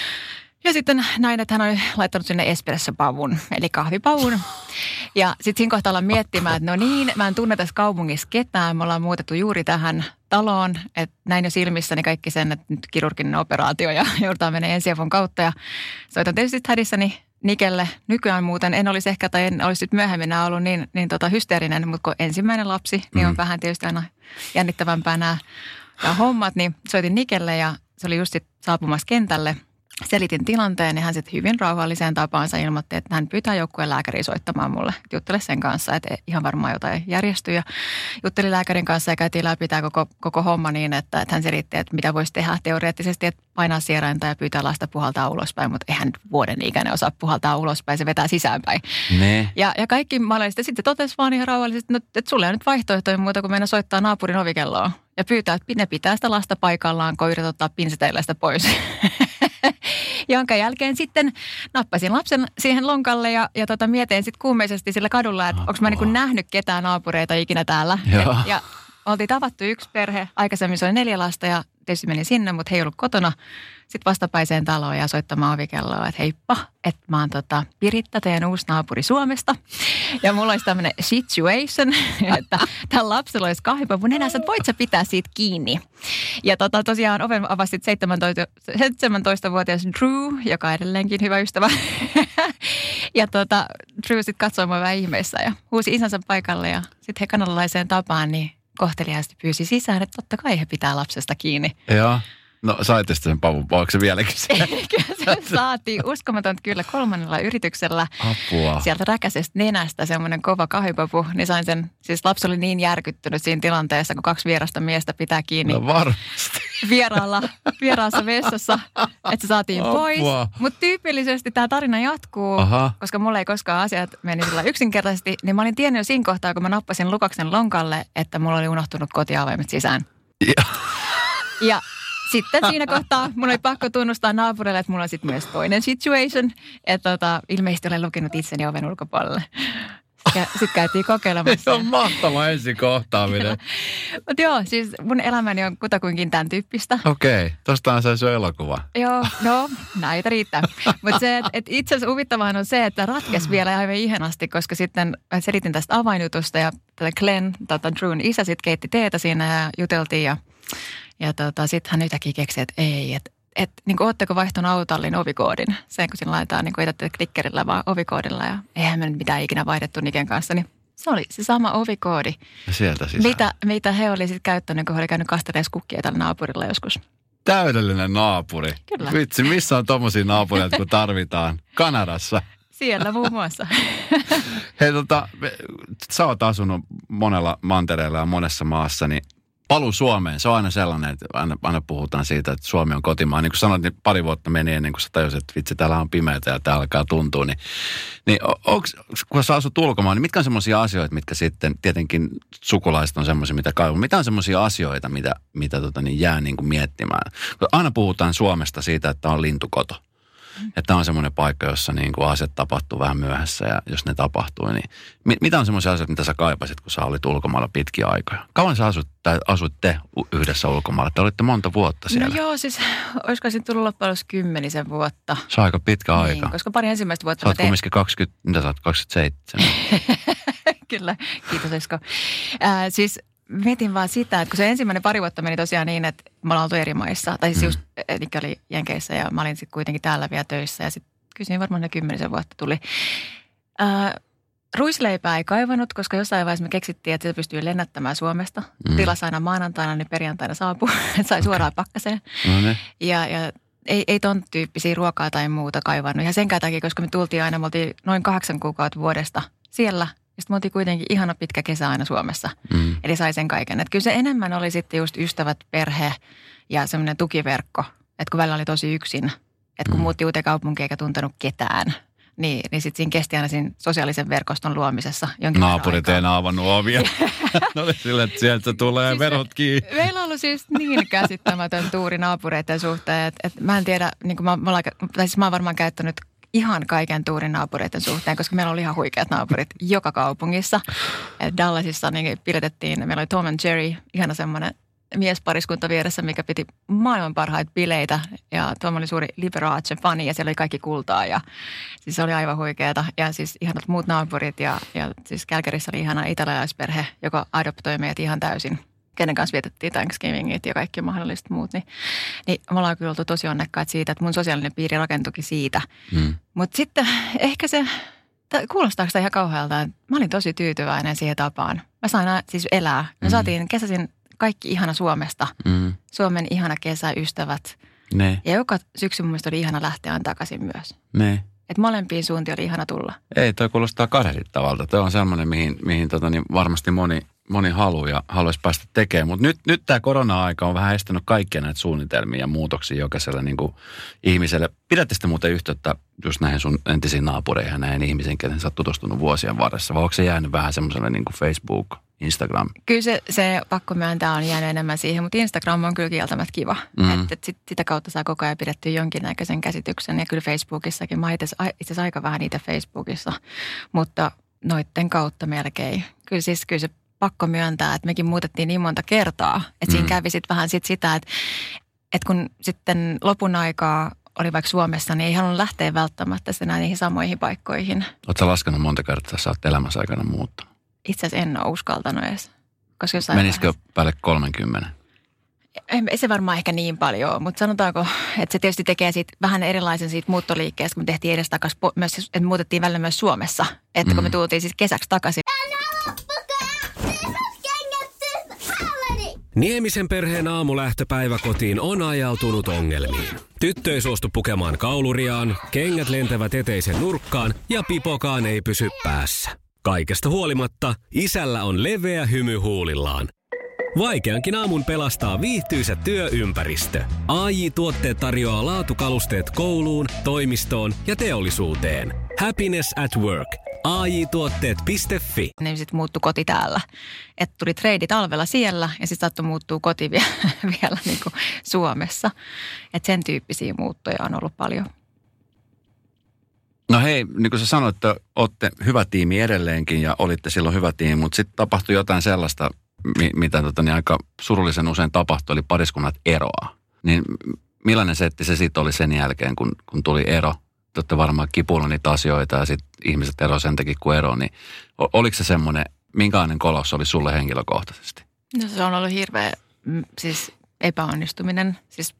Ja sitten näin, että hän oli laittanut sinne espressopavun, eli kahvipavun. Ja sitten siinä kohtaa ollaan miettimään, että no niin, mä en tunne tässä kaupungissa ketään. Me ollaan muutettu juuri tähän taloon, että näin jo silmissäni kaikki sen, että nyt kirurginen operaatio ja joudutaan mennä ensiavun kautta. Ja soitan tietysti hädissäni Nikelle. Nykyään muuten en olisi ehkä, tai en olisi sitten myöhemmin ollut niin, niin tota hysteerinen, mutta kun ensimmäinen lapsi, niin on mm. vähän tietysti aina jännittävämpää nämä hommat. Niin soitin Nikelle ja se oli just saapumassa kentälle. Selitin tilanteen ja hän sitten hyvin rauhalliseen tapaansa ilmoitti, että hän pyytää joukkueen lääkäriä soittamaan mulle. Juttele sen kanssa, että ihan varmaan jotain järjestyy. Ja jutteli lääkärin kanssa ja käytiin läpi tämä koko, koko homma niin, että, että hän selitti, että mitä voisi tehdä teoreettisesti, että painaa sierainta ja pyytää lasta puhaltaa ulospäin, mutta eihän vuoden ikäinen osaa puhaltaa ulospäin, se vetää sisäänpäin. Ne. Ja, ja kaikki mahdollisesti sitten totesi vaan ihan rauhallisesti, että, että sulle on nyt vaihtoehtoja muuta kuin mennä soittaa naapurin ovikelloa ja pyytää, että ne pitää sitä lasta paikallaan, kun yrität ottaa pinseteillä sitä pois. Jonka jälkeen sitten nappasin lapsen siihen lonkalle ja, ja tota, mietin sitten kuumeisesti sillä kadulla, että onko mä niin kuin nähnyt ketään naapureita ikinä täällä. Ja, ja oltiin tavattu yksi perhe, aikaisemmin se oli neljä lasta ja tietysti menin sinne, mutta he ei ollut kotona. Sitten vastapäiseen taloon ja soittamaan ovikelloa, että heippa, että mä oon tota, Piritta, teidän uusi naapuri Suomesta. Ja mulla olisi tämmöinen situation, että tällä lapsella olisi kahvipavu nenässä, että voit sä pitää siitä kiinni. Ja tota, tosiaan oven avasi seitsemäntoistavuotias Drew, joka on edelleenkin hyvä ystävä. Ja tota, Drew sitten katsoi mua vähän ihmeessä ja huusi isänsä paikalle ja sitten he kanadalaiseen tapaan niin kohteliaasti pyysi sisään, että totta kai he pitää lapsesta kiinni. Joo. No saitte sen pavun, onko se vieläkin se? Eikä se saatiin uskomaton kyllä kolmannella yrityksellä. Apua. Sieltä räkäisestä nenästä semmoinen kova kahipapu, niin sain sen, siis lapsi oli niin järkyttynyt siinä tilanteessa, kun kaksi vierasta miestä pitää kiinni. No varmasti. Vieraalla, vieraassa vessassa, että se saatiin Apua. pois. Mutta tyypillisesti tämä tarina jatkuu, Aha. koska mulla ei koskaan asiat meni sillä yksinkertaisesti, niin mä olin tiennyt jo siinä kohtaa, kun mä nappasin Lukaksen lonkalle, että mulla oli unohtunut kotiavaimet sisään. Ja. Ja sitten siinä kohtaa mun oli pakko tunnustaa naapurille, että mulla on sitten myös toinen situation, että tota, ilmeisesti olen lukinut itseni oven ulkopuolelle. Ja sitten käytiin kokeilemassa. Se on mahtava ensikohtaaminen. Mutta joo, siis mun elämäni on kutakuinkin tämän tyyppistä. Okei, okay, tostahan se on elokuva. Joo, no näitä riittää. Mutta se, että et itse asiassa huvittavahan on se, että ratkesi vielä aivan ihanasti, koska sitten selitin tästä avainjutusta ja tätä Glenn, tota Drewn isä sitten keitti teetä siinä ja juteltiin ja, ja tota, sitten hän yhtäkkiä keksi, että ei, että että niin ootteko vaihtanut autollin ovikoodin? Sen kun siinä laitetaan, niin etätte klikkerillä vaan ovikoodilla ja eihän me nyt mitään ikinä vaihdettu Niken kanssa, niin se oli se sama ovikoodi. Ja sieltä sisään. Mitä, mitä he oli sitten käyttänyt, kun he oli käynyt kastelemaan kukkia tällä naapurilla joskus. Täydellinen naapuri. Kyllä. Vitsi, missä on tommosia naapureita, kun tarvitaan? Kanadassa. Siellä muun muassa. Hei tota, sä oot asunut monella mantereella ja monessa maassa, niin paluu Suomeen, se on aina sellainen, että aina, aina puhutaan siitä, että Suomi on kotimaa. Niin kuin sanoit, niin pari vuotta meni ennen kuin sä tajusit, että vitsi, täällä on pimeätä ja tää alkaa tuntua. Niin, niin onks, kun sä asut ulkomaan, niin mitkä on semmoisia asioita, mitkä sitten, tietenkin sukulaiset on semmoisia, mitä kaivuu. Mitä on semmoisia asioita, mitä, mitä tota, niin jää niin kuin miettimään? Aina puhutaan Suomesta siitä, että on lintukoto. Että on semmoinen paikka, jossa niin kuin asiat tapahtuu vähän myöhässä ja jos ne tapahtuu, niin mit, mitä on semmoisia asioita, mitä sä kaipasit, kun sä olit ulkomailla pitkiä aikoja? Kauan sä asut, tai asuitte yhdessä ulkomailla? Te olitte monta vuotta siellä. No joo, siis olisiko siinä tullut loppujen lopuksi kymmenisen vuotta. Se on aika pitkä niin, aika. Koska pari ensimmäistä vuotta sä oot kumminkin kaksikymmentä, mitä sä oot, kaksikymmentäseitsemän? Kyllä, kiitos Esko. Äh, siis mietin vaan sitä, että kun se ensimmäinen pari vuotta meni tosiaan niin, että me ollaan oltu eri maissa. Tai siis mm. just, Nikki oli Jenkeissä ja mä olin sitten kuitenkin täällä vielä töissä. Ja sitten kysyin varmaan ne kymmenisen vuotta tuli. Äh, ruisleipää ei kaivannut, koska jossain vaiheessa me keksittiin, että sitä pystyy lennättämään Suomesta. Mm. Tilas aina maanantaina, niin perjantaina saapuu. Että sai suoraan pakkaseen. No niin. Ja, ja ei, ei ton tyyppisiä ruokaa tai muuta kaivannut. Ihan senkään takia, koska me tultiin aina, me oltiin noin kahdeksan kuukautta vuodesta siellä. Ja sitten me oltiin kuitenkin ihana pitkä kesä aina Suomessa. Mm. Eli sai sen kaiken. Että kyllä se enemmän oli sitten just ystävät, perhe ja semmoinen tukiverkko. Että kun välillä oli tosi yksin. Että kun mm. muutti uuteen kaupunkiin eikä tuntenut ketään. Niin, niin sitten siinä kesti aina siinä sosiaalisen verkoston luomisessa jonkin naapurit ei enää avannut ovia. No oli silleen, että sieltä tulee siis verot kiinni. Me, meillä on ollut siis niin käsittämätön tuuri naapureiden suhteen, että, että mä en tiedä, niin kuin mä, mä, tai siis mä oon varmaan käyttänyt ihan kaiken tuurin naapureiden suhteen, koska meillä oli ihan huikeat naapurit joka kaupungissa. Et Dallasissa niin pidettiin, meillä oli Tom and Jerry, ihana semmoinen miespariskunta vieressä, mikä piti maailman parhaita bileitä. Ja Tom oli suuri Liberace-fani ja siellä oli kaikki kultaa ja siis se oli aivan huikeata. Ja siis ihanat muut naapurit ja, ja siis Calgaryssa oli ihana italialaisperhe, joka adoptoi meidät ihan täysin. Kenen kanssa vietettiin Thanksgivingit ja kaikki mahdolliset muut, niin, niin me ollaan kyllä oltu tosi onnekkaat siitä, että mun sosiaalinen piiri rakentuikin siitä. Mm. Mutta sitten ehkä se, kuulostaako sitä ihan kauhealta, että mä olin tosi tyytyväinen siihen tapaan. Mä sain siis elää. Me mm. saatiin kesäisin kaikki ihana Suomesta. Mm. Suomen ihana kesäystävät. Ne. Ja joka syksy mun mielestä oli ihana lähteä takaisin myös. Ne. Että molempiin suuntiin oli ihana tulla. Ei, toi kuulostaa kadehdittavalta. Toi on semmoinen, mihin, mihin tota, niin varmasti moni... Moni haluaa ja haluaisi päästä tekemään, mutta nyt, nyt tämä korona-aika on vähän estänyt kaikkia näitä suunnitelmia ja muutoksia jokaiselle niin kuin ihmiselle. Pidätte sitten muuten yhteyttä just näihin sun entisiin naapureihin ja näihin ihmisiin, kenen sä oot tutustunut vuosien varressa, vai onko se jäänyt vähän semmoiselle niin kuin Facebook, Instagram? Kyllä se, se pakko myöntää on jäänyt enemmän siihen, mutta Instagram on kyllä kieltämättä kiva. Mm. Että et sit, sitä kautta saa koko ajan pidettyä jonkinnäköisen käsityksen ja kyllä Facebookissakin. Mä itse asiassa aika vähän niitä Facebookissa, mutta noitten kautta melkein. Kyllä siis kyllä se pakko myöntää, että mekin muutettiin niin monta kertaa, että siinä mm. kävi sitten vähän sit sitä, että, että kun sitten lopun aikaa oli vaikka Suomessa, niin ei halunnut lähteä välttämättä enää niihin samoihin paikkoihin. Oletko laskenut monta kertaa, sä oot elämässä aikana muuttanut? Itse asiassa en ole uskaltanut edes. Koska menisikö vaiheessa päälle kolmenkymmenen? Ei se varmaan ehkä niin paljon, mutta sanotaanko, että se tietysti tekee siitä vähän erilaisen siitä muuttoliikkeestä, kun me tehtiin edestakaisin, myös, että muutettiin välillä myös Suomessa. Että mm. kun me tultiin siis kesäksi takaisin. Niemisen perheen aamulähtöpäivä kotiin on ajautunut ongelmiin. Tyttö ei suostu pukemaan kauluriaan, kengät lentävät eteisen nurkkaan ja pipokaan ei pysy päässä. Kaikesta huolimatta, isällä on leveä hymy huulillaan. Vaikeankin aamun pelastaa viihtyisä työympäristö. A J-tuotteet tarjoaa laatukalusteet kouluun, toimistoon ja teollisuuteen. Happiness at work. A J tuotteet piste fi. Niin sitten muuttui koti täällä. Että tuli treidi talvella siellä ja sitten saattoi muuttua koti vielä, vielä niin kuin Suomessa. Että sen tyyppisiä muuttoja on ollut paljon. No hei, niin kuin sä sanoit, että olette hyvä tiimi edelleenkin ja olitte silloin hyvä tiimi, mutta sitten tapahtui jotain sellaista, mitä tota, niin aika surullisen usein tapahtui, eli pariskunnat eroaa. Niin millainen setti se sitten oli sen jälkeen, kun, kun tuli ero? Te olette varmaan kipuilla niitä asioita ja sitten ihmiset eroaa sen takia, kun ero, niin oliko se semmoinen, minkälainen kolaus oli sulle henkilökohtaisesti? No se on ollut hirveä siis epäonnistuminen. Siis...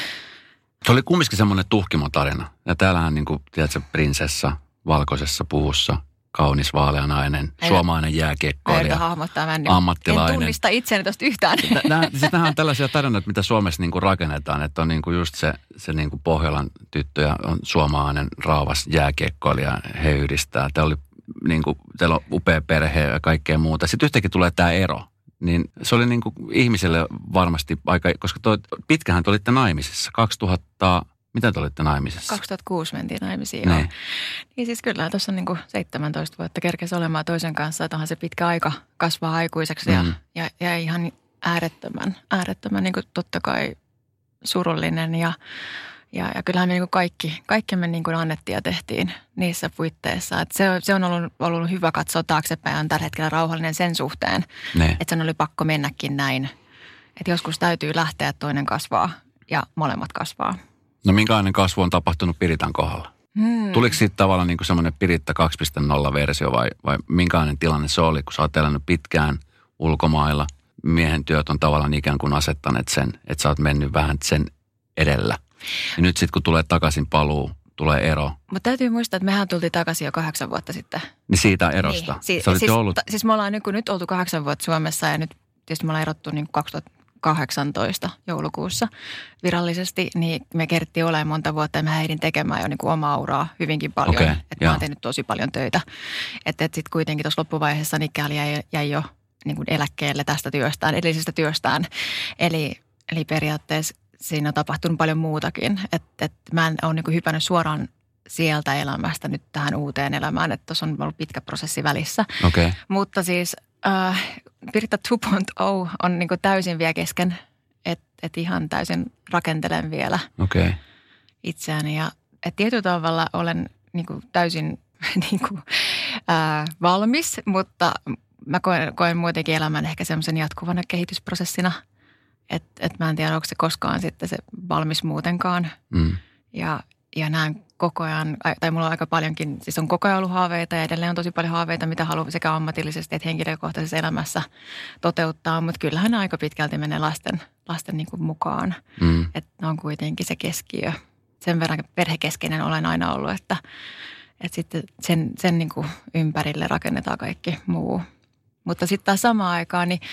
Se oli kumminkin semmoinen tuhkimotarina. Ja täällähän niin kuin, tiedätkö, prinsessa valkoisessa puvussa, kaunis vaalea nainen, Ei, suomalainen jääkiekkoilija, ammattilainen. En tunnista itseäni tuosta yhtään. Nämä, siis nämä on tällaisia tarinoita, mitä Suomessa niin kuin rakennetaan, että on niin kuin just se, se niin kuin Pohjolan tyttö ja on suomalainen raavas jääkiekkoilija, he yhdistää. Teillä, oli, niin kuin, teillä on upea perhe ja kaikkea muuta. Sitten yhtäkkiä tulee tämä ero. Niin se oli niin kuin ihmiselle varmasti aika, koska toi, pitkähän te olitte naimisissa, kaksituhatta... Mitä te olitte naimisissa? kaksituhattakuusi mentiin naimisiin. Niin. Niin siis kyllä tuossa on niin kuin seitsemäntoista vuotta kerkesi olemaan toisen kanssa, että onhan se pitkä aika kasvaa aikuiseksi mm. ja, ja, ja ihan äärettömän, äärettömän niin kuin totta kai surullinen ja, ja, ja kyllähän me niin kuin kaikki, kaikki me niin kuin annettiin ja tehtiin niissä puitteissa. Että se, se on ollut, ollut hyvä katsoa taaksepäin ja on tällä hetkellä rauhallinen sen suhteen, ne. Että sen oli pakko mennäkin näin. Että joskus täytyy lähteä, että toinen kasvaa ja molemmat kasvaa. No minkälainen kasvu on tapahtunut Piritan kohdalla? Hmm. Tuliko siitä tavallaan niin kuin semmoinen Piritta kaksi piste nolla versio vai, vai minkälainen tilanne se oli, kun sä oot elänyt pitkään ulkomailla? Miehen työt on tavallaan ikään kuin asettaneet sen, että sä oot mennyt vähän sen edellä. Ja nyt sitten kun tulee takaisin paluu, tulee ero. Mutta täytyy muistaa, että mehän tultiin takaisin jo kahdeksan vuotta sitten. Niin siitä erosta. Niin. Si- siis, ollut... ta- siis me ollaan nyt, kun nyt oltu kahdeksan vuotta Suomessa ja nyt tietysti me ollaan erottu niin kuin kaksituhattakahdeksantoista joulukuussa virallisesti, niin me kerttiin olemaan monta vuotta ja mä häidin tekemään jo niin kuin omaa uraa hyvinkin paljon. Okay, että mä oon tehnyt tosi paljon töitä. Että et sitten kuitenkin tuossa loppuvaiheessa Nikkel jäi, jäi jo niin kuin eläkkeelle tästä työstään, edellisestä työstään. Eli, eli periaatteessa siinä on tapahtunut paljon muutakin. Että et mä en ole niin kuin hypännyt suoraan sieltä elämästä nyt tähän uuteen elämään. Että tuossa on ollut pitkä prosessi välissä. Okay. Mutta siis... Äh, Piritta kaksi piste nolla on niin kuin täysin vielä kesken, että et ihan täysin rakentelen vielä okay. itseäni. Ja et tietyllä tavalla olen niin kuin täysin niin kuin, ää, valmis, mutta mä koen, koen muutenkin elämän ehkä semmoisen jatkuvana kehitysprosessina, että et mä en tiedä, onko se koskaan sitten se valmis muutenkaan. Mm. Ja, ja näen koko ajan, tai mulla on aika paljonkin, siis on koko ajan ollut haaveita ja edelleen on tosi paljon haaveita, mitä haluaa sekä ammatillisesti että henkilökohtaisessa elämässä toteuttaa, mutta kyllähän ne aika pitkälti menee lasten, lasten niin kuin mukaan, mm. että ne on kuitenkin se keskiö. Sen verran perhekeskeinen olen aina ollut, että, että sitten sen, sen niin kuin ympärille rakennetaan kaikki muu. Mutta sitten taas samaan aikaan, niin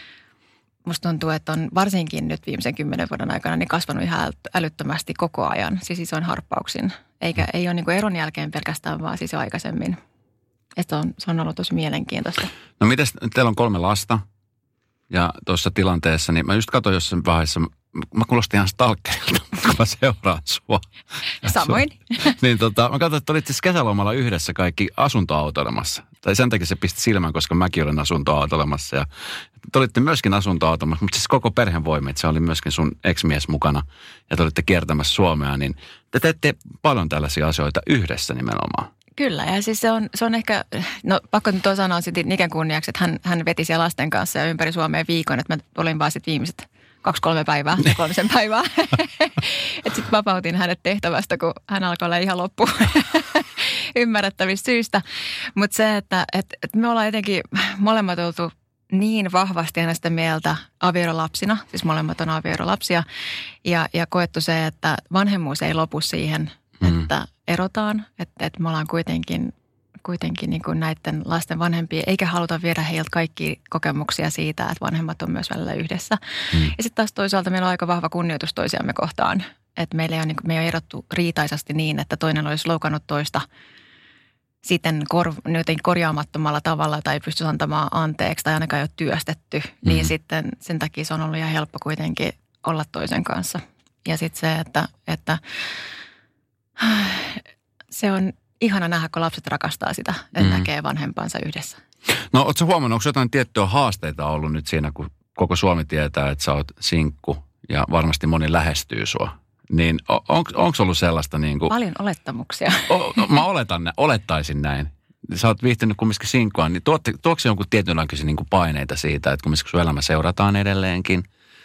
musta tuntuu, että on varsinkin nyt viimeisen kymmenen vuoden aikana niin kasvanut ihan älyttömästi koko ajan, siis isoin harppauksin. Eikä ei ole niin kuin eron jälkeen pelkästään, vaan siis jo aikaisemmin. Että on, se on ollut tosi mielenkiintoista. No mites, teillä on kolme lasta ja tuossa tilanteessa, niin mä just katsoin jossain vaiheessa, mä kuulostin ihan stalkerilta, kun mä seuraan sua. Samoin. niin tota, mä katsoin, että olit siis kesälomalla yhdessä kaikki asuntoautoilemassa. Tai sen takia se pisti silmään, koska mäkin olen asuntoautoilemassa. Ja te olitte myöskin asuntoautolemassa, mutta siis koko perheen voimi, että se oli myöskin sun ex-mies mukana. Ja te olitte kiertämässä Suomea, niin te teette paljon tällaisia asioita yhdessä nimenomaan. Kyllä, ja siis se on, se on ehkä, no pakko nyt sanoa sitten Niken kunniaksi, että hän, hän veti siellä lasten kanssa ja ympäri Suomea viikon, että mä olin vaan sitten viimeiset kaksi-kolme päivää, kolmisen päivää. Että sitten vapautin hänet tehtävästä, kun hän alkoi olla ihan loppu ymmärrettävistä syistä. Mutta se, että et, et me ollaan jotenkin molemmat oltu niin vahvasti aina sitä mieltä avioerolapsina, siis molemmat on avioerolapsia, ja, ja koettu se, että vanhemmuus ei lopu siihen, mm. että erotaan, että, että me ollaan kuitenkin kuitenkin niin kuin näiden lasten vanhempia, eikä haluta viedä heiltä kaikki kokemuksia siitä, että vanhemmat on myös välillä yhdessä. Mm. Ja sitten taas toisaalta meillä on aika vahva kunnioitus toisiamme kohtaan. Että meillä ei ole, niin kuin, me ei ole erottu riitaisasti niin, että toinen olisi loukannut toista sitten kor, korjaamattomalla tavalla tai pystyisi antamaan anteeksi tai ainakaan ei ole työstetty. Mm. Niin sitten sen takia se on ollut ihan helppo kuitenkin olla toisen kanssa. Ja sitten se, että, että se on ihana nähdä, kun lapset rakastaa sitä, että mm. näkee vanhempansa yhdessä. No ootko huomannut, onko jotain tiettyjä haasteita ollut nyt siinä, kun koko Suomi tietää, että sä oot sinkku ja varmasti moni lähestyy sua? Niin on, onko ollut sellaista niin kuin... Paljon olettamuksia. O, mä oletan, olettaisin näin. Sä oot viihtynyt kumminkin sinkkua, niin tuotte, tuoksi jonkun tietynlaisia niin kuin paineita siitä, että kumminkin sun elämä seurataan edelleenkin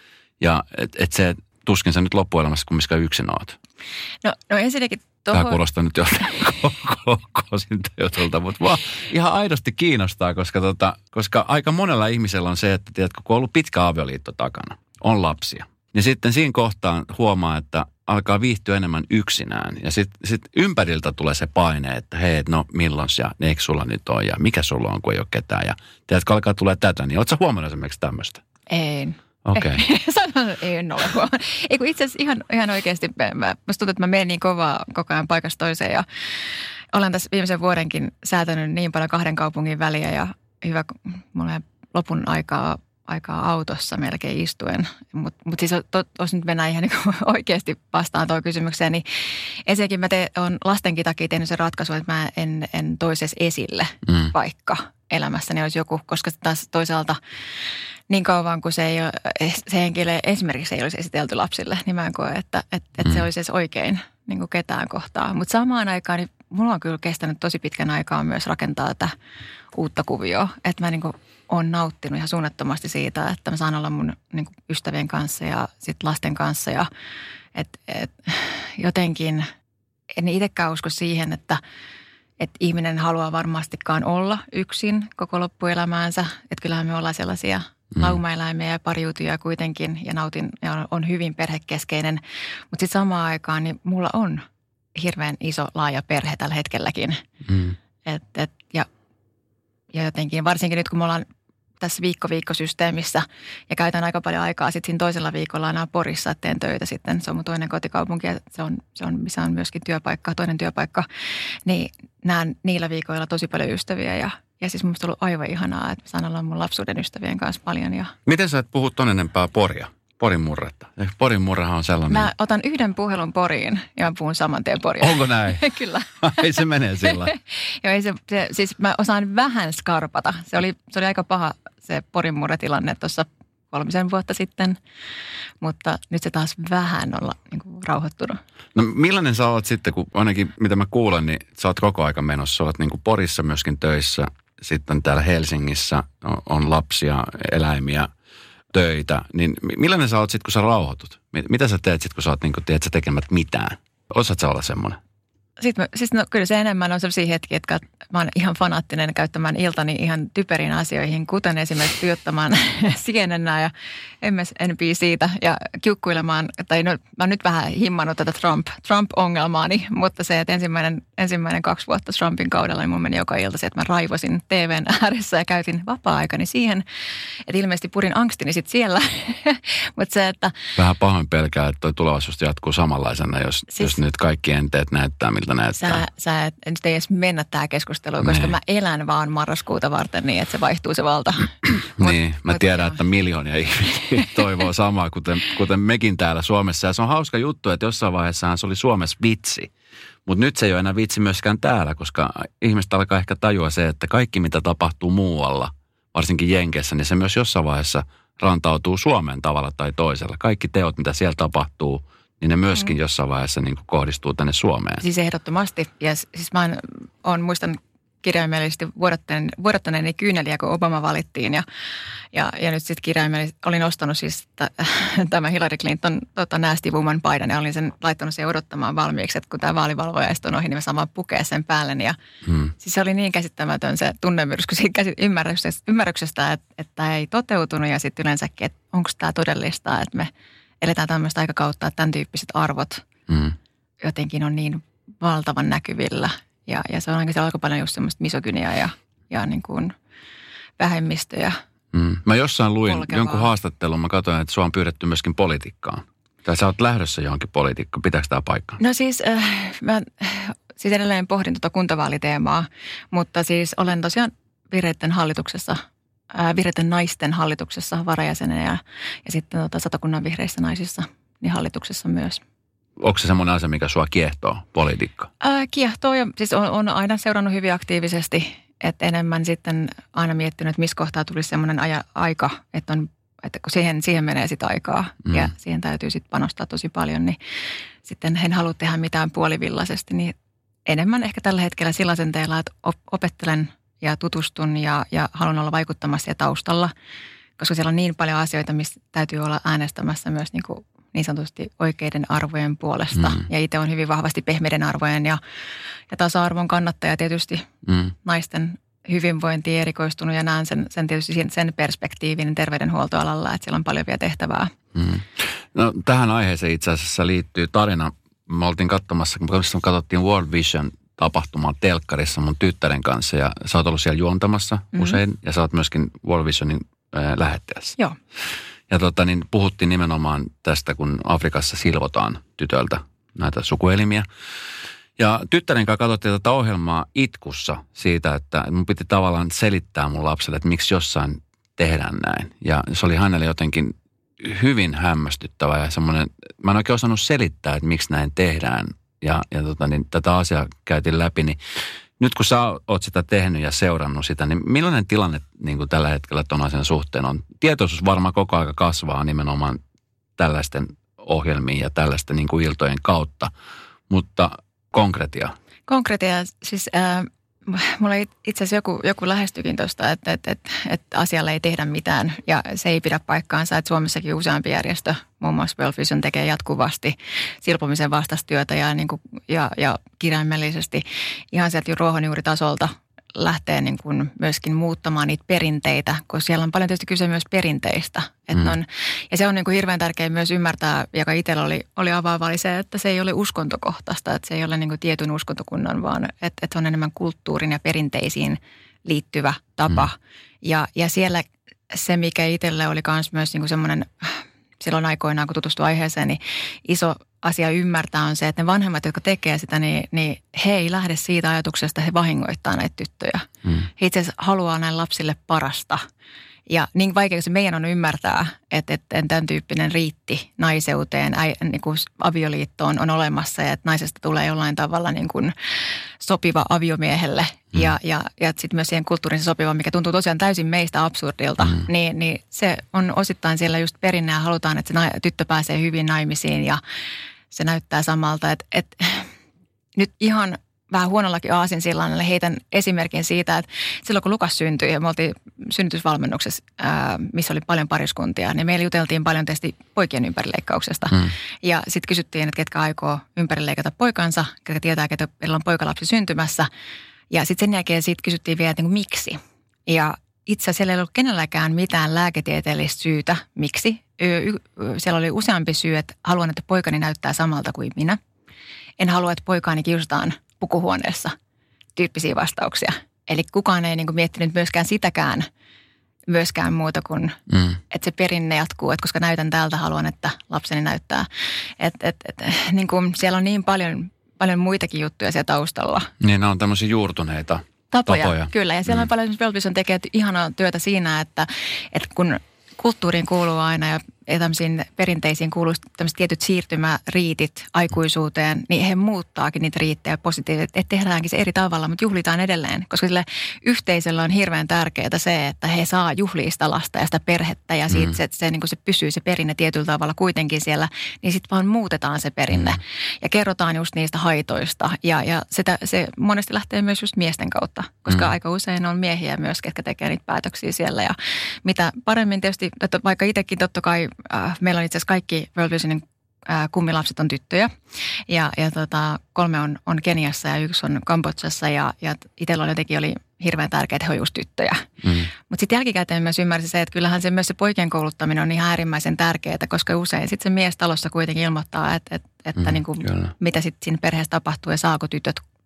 ja että et se tuskin sä nyt loppuelämässä kumminkin yksin oot? No, no ensinnäkin toho... Tämä kuulostaa nyt jostain kokoisinta jutulta, mutta vaan ihan aidosti kiinnostaa, koska, tota, koska aika monella ihmisellä on se, että tiedätkö, kun on ollut pitkä avioliitto takana, on lapsia. Ja sitten siinä kohtaan huomaa, että alkaa viihtyä enemmän yksinään. Ja sitten sit ympäriltä tulee se paine, että hei, no milloin ja eikö sulla nyt ole ja mikä sulla on, kun ei ole ketään. Ja tiedätkö, alkaa tulee tätä, niin ootko sä huomannut esimerkiksi tämmöistä? En. Okei. Okay. En ole huomannut. Ei kun itse asiassa ihan, ihan oikeasti, mä, musta tuntuu, että mä menen niin kovaa koko ajan paikasta toiseen. Ja olen tässä viimeisen vuodenkin säätänyt niin paljon kahden kaupungin väliä ja hyvä, mulla on lopun aikaa aikaa autossa melkein istuen. Mutta mut siis jos nyt mennään ihan niin oikeasti vastaan tuo kysymykseen, niin ensinnäkin mä olen lastenkin takia tehnyt sen ratkaisun, että mä en, en toisessa esille mm. vaikka elämässäni olisi joku, koska taas toisaalta niin kauan kuin se, ei ole, se henkilö esimerkiksi ei olisi esitelty lapsille, niin mä en koe, että, että, että mm. se olisi edes oikein niin kuin ketään kohtaa. Mutta samaan aikaan niin mulla on kyllä kestänyt tosi pitkän aikaa myös rakentaa tätä uutta kuvioa, että mä niin kuin olen nauttinut ihan suunnattomasti siitä, että mä saan olla mun niin kuin ystävien kanssa ja sitten lasten kanssa. Ja et, et, jotenkin en itsekään usko siihen, että et ihminen haluaa varmastikaan olla yksin koko loppuelämäänsä. Että kyllähän me ollaan sellaisia mm. laumaeläimiä ja pariutujia kuitenkin ja nautin ja on, on hyvin perhekeskeinen. Mutta sitten samaan aikaan niin mulla on hirveän iso laaja perhe tällä hetkelläkin. Mm. Et, et, ja, ja jotenkin varsinkin nyt kun me ollaan tässä viikko-viikkosysteemissä ja käytän aika paljon aikaa sitten siinä toisella viikolla aina Porissa, että teen töitä sitten. Se on mun toinen kotikaupunki ja se on, se on, missä on myöskin työpaikka, toinen työpaikka. Niin näen niillä viikoilla tosi paljon ystäviä ja, ja siis mun on ollut aivan ihanaa, että saan olla mun lapsuuden ystävien kanssa paljon. Ja... Miten sä et puhu ton enempää Poria? Porin murretta. Porin murrehan on sellainen. Mä otan yhden puhelun Poriin ja mä puhun saman tien Poria. Onko näin? Kyllä. Ei se menee sillä. Joo, ei se, se, siis mä osaan vähän skarpata. Se oli, se oli aika paha se Porin murretilanne tuossa kolmisen vuotta sitten, mutta nyt se taas vähän olla niin kuin rauhoittunut. No millainen sä oot sitten, kun ainakin mitä mä kuulen, niin sä oot koko aika menossa. Sä oot niin kuin Porissa myöskin töissä, sitten täällä Helsingissä on, on lapsia, eläimiä, töitä, niin millainen sä oot sitten, kun sä rauhoitut? Mitä sä teet sitten, kun sä oot niin kuin, teet sä tekemät mitään? Osaat sä olla semmoinen? Sitten, siis no, kyllä se enemmän on sellaisia hetkiä, että mä oon ihan fanaattinen käyttämään iltani ihan typeriin asioihin, kuten esimerkiksi tuijottamaan sienennää ja M S N B siitä ja kiukkuilemaan, tai no, mä oon nyt vähän himmannut tätä Trump, Trump-ongelmaani, mutta se, että ensimmäinen, ensimmäinen kaksi vuotta Trumpin kaudella, niin mun meni joka ilta se, että mä raivosin T V:n ääressä ja käytin vapaa-aikani siihen, että ilmeisesti purin angstini sitten siellä, mutta se, että... Vähän pahoin pelkää, että toi tulevaisuus jatkuu samanlaisena, jos, siis, jos nyt kaikki enteet näyttää, miltä näyttää. Sä, sä et, nyt ei edes mennä tähän keskusteluun, koska mä elän vaan marraskuuta varten niin, että se vaihtuu se valta. Niin, mä tiedän, että miljoonia ihmisiä toivoo samaa, kuten, kuten mekin täällä Suomessa. Ja se on hauska juttu, että jossain vaiheessahan se oli Suomessa vitsi. Mutta nyt se ei ole enää vitsi myöskään täällä, koska ihmiset alkaa ehkä tajua se, että kaikki mitä tapahtuu muualla, varsinkin Jenkeissä, niin se myös jossain vaiheessa rantautuu Suomeen tavalla tai toisella. Kaikki teot, mitä siellä tapahtuu, niin ne myöskin mm. jossain vaiheessa niin kuin kohdistuu tänne Suomeen. Siis ehdottomasti. Ja siis mä oon, muistan kirjaimellisesti vuodattaneeni kyyneliä, kun Obama valittiin. Ja, ja, ja nyt sitten kirjaimellisesti olin ostanut siis tämä Hillary Clinton tota, Nasty Woman paidan ja olin sen laittanut sen odottamaan valmiiksi, että kun tämä vaalivalvoja istui ohi, niin mä saan vaan pukea sen päälle. Ja, hmm. Siis se oli niin käsittämätön se tunnemyrsky siitä ymmärryksestä, ymmärryksestä että, että tämä ei toteutunut ja sitten yleensäkin, että onko tämä todellista, että me eletään tämmöistä aikakautta, että tämän tyyppiset arvot hmm. jotenkin on niin valtavan näkyvillä. Ja, ja se on ainakin aika paljon just semmoista misogyniaa ja, ja niin kuin vähemmistöjä. Mm. Mä jossain luin polkevaa. jonkun haastattelun, mä katsoin, että sua on pyydetty myöskin politiikkaan. Tai sä oot lähdössä johonkin politiikkaan. Pitääkö tämä paikkaa? No siis, äh, mä siis edelleen pohdin tuota kuntavaaliteemaa, mutta siis olen tosiaan vihreiden hallituksessa, äh, vihreiden naisten hallituksessa varajäsenenä ja, ja sitten tota Satakunnan vihreissä naisissa niin hallituksessa myös. Onko se semmoinen asia, mikä sua kiehtoo, politiikka? Äh, kiehtoo ja siis on, on aina seurannut hyvin aktiivisesti, että enemmän sitten aina miettinyt, että missä kohtaa tulisi semmoinen aja, aika, että on että kun siihen, siihen menee sitten aikaa mm. ja siihen täytyy sitten panostaa tosi paljon, niin sitten en halua tehdä mitään puolivillaisesti, niin enemmän ehkä tällä hetkellä sillä asenteella, että opettelen ja tutustun ja, ja haluan olla vaikuttamassa ja taustalla, koska siellä on niin paljon asioita, missä täytyy olla äänestämässä myös niin, kuin niin sanotusti oikeiden arvojen puolesta. Mm. Ja itse on hyvin vahvasti pehmeiden arvojen ja, ja tasa-arvon kannattaja tietysti mm. naisten hyvinvointiin erikoistunut ja näen sen, sen tietysti sen perspektiivin terveydenhuoltoalalla, että siellä on paljon vielä tehtävää. Hmm. No tähän aiheeseen itse asiassa liittyy tarina. Me oltiin katsomassa, kun katsottiin World Vision tapahtumaa telkkarissa mun tyttären kanssa ja sä oot ollut siellä juontamassa mm-hmm. usein ja sä oot myöskin World Visionin äh, lähettäjässä. Joo. Ja tota, niin puhuttiin nimenomaan tästä, kun Afrikassa silvotaan tytöltä näitä sukuelimiä. Ja tyttären kanssa katsottiin tätä ohjelmaa itkussa siitä, että mun piti tavallaan selittää mun lapselle, että miksi jossain tehdään näin. Ja se oli hänelle jotenkin hyvin hämmästyttävä ja semmoinen, mä en oikein osannut selittää, että miksi näin tehdään. Ja, ja tota, niin, tätä asiaa käytiin läpi, niin nyt kun sä oot sitä tehnyt ja seurannut sitä, niin millainen tilanne niin kuin tällä hetkellä ton asian suhteen on? Tietoisuus varmaan koko aika kasvaa nimenomaan tällaisten ohjelmien ja tällaisten niin kuin iltojen kautta, mutta konkretia. Konkretia, siis äh, mulla itse asiassa joku, joku lähestyikin tuosta, että, että, että, että asialle ei tehdä mitään ja se ei pidä paikkaansa, että Suomessakin useampi järjestö, muun muassa World Vision, tekee jatkuvasti silpomisen vastastyötä ja, niin kuin, ja, ja kirjaimellisesti ihan sieltä ruohonjuuritasolta lähtee niin kuin myöskin muuttamaan niitä perinteitä, koska siellä on paljon tietysti kyse myös perinteistä. Että mm. on, ja se on niin kuin hirveän tärkeää myös ymmärtää, joka itsellä oli, oli avaava, oli se, että se ei ole uskontokohtaista, että se ei ole niin kuin tietyn uskontokunnan, vaan että, että on enemmän kulttuurin ja perinteisiin liittyvä tapa. Mm. Ja, ja siellä se, mikä itselle oli myös niin kuin semmoinen, silloin aikoinaan kun tutustui aiheeseen, niin iso asia ymmärtää on se, että ne vanhemmat, jotka tekee sitä, niin, niin he ei lähde siitä ajatuksesta, että he vahingoittaa näitä tyttöjä. Mm. He itse asiassa haluaa näille lapsille parasta. Ja niin vaikea se meidän on ymmärtää, että, että tämän tyyppinen riitti naiseuteen, äi, niin kuin avioliittoon on olemassa ja että naisesta tulee jollain tavalla niin kuin sopiva aviomiehelle mm. ja, ja, ja sitten myös siihen kulttuurin sopiva, mikä tuntuu tosiaan täysin meistä absurdilta, mm. niin, niin se on osittain siellä just perinne ja halutaan, että se tyttö pääsee hyvin naimisiin ja se näyttää samalta, että, että nyt ihan vähän huonollakin aasinsillalle heitän esimerkin siitä, että silloin kun Lukas syntyi ja me oltiin synnytysvalmennuksessa, ää, missä oli paljon pariskuntia, niin meillä juteltiin paljon tietysti poikien ympärileikkauksesta. Mm. Ja sitten kysyttiin, että ketkä aikoo ympärileikata poikansa, ketkä tietää, ketä on poikalapsi syntymässä. Ja sitten sen jälkeen siitä kysyttiin vielä, että niin kuin, miksi. Ja itse asiassa siellä ei ollut kenelläkään mitään lääketieteellistä syytä, miksi. Siellä oli useampi syy, että haluan, että poikani näyttää samalta kuin minä. En halua, että poikaani kiusataan pukuhuoneessa, tyyppisiä vastauksia. Eli kukaan ei niin kuin miettinyt myöskään sitäkään, myöskään muuta kuin, mm. että se perinne jatkuu, että koska näytän täältä, haluan, että lapseni näyttää. Et, et, et, niin kuin siellä on niin paljon, paljon muitakin juttuja siellä taustalla. Niin, ne on tämmöisiä juurtuneita tapoja. tapoja. Kyllä, ja siellä mm. on paljon, World Vision tekee ihanaa työtä siinä, että, että kun kulttuuriin kuuluu aina ja tämmöisiin perinteisiin kuuluu tämmöiset tietyt siirtymäriitit aikuisuuteen, niin he muuttaakin niitä riittejä positiivisesti, että tehdäänkin se eri tavalla, mutta juhlitaan edelleen. Koska sille yhteisöllä on hirveän tärkeää se, että he saa juhlia sitä lasta ja sitä perhettä ja siitä mm. se, se, niin kuin se pysyy se perinne tietyllä tavalla kuitenkin siellä, niin sitten vaan muutetaan se perinne mm. ja kerrotaan just niistä haitoista. Ja, ja sitä, se monesti lähtee myös just miesten kautta, koska mm. aika usein on miehiä myös, ketkä tekee niitä päätöksiä siellä. Ja mitä paremmin tietysti, että vaikka itsekin totta kai äh, meillä on itse asiassa kaikki World Visionin äh, kummilapset on tyttöjä ja, ja tota, kolme on, on Keniassa ja yksi on Kambodsassa ja, ja itsellä jotenkin oli hirveän tärkeää, että he on just tyttöjä. Mm. Mutta sitten jälkikäteen myös ymmärsi se, että kyllähän se myös se poikien kouluttaminen on ihan äärimmäisen tärkeää, koska usein sitten se mies talossa kuitenkin ilmoittaa, että, että, että mm, niin kuin, mitä sitten siinä perheessä tapahtuu ja saako tytöt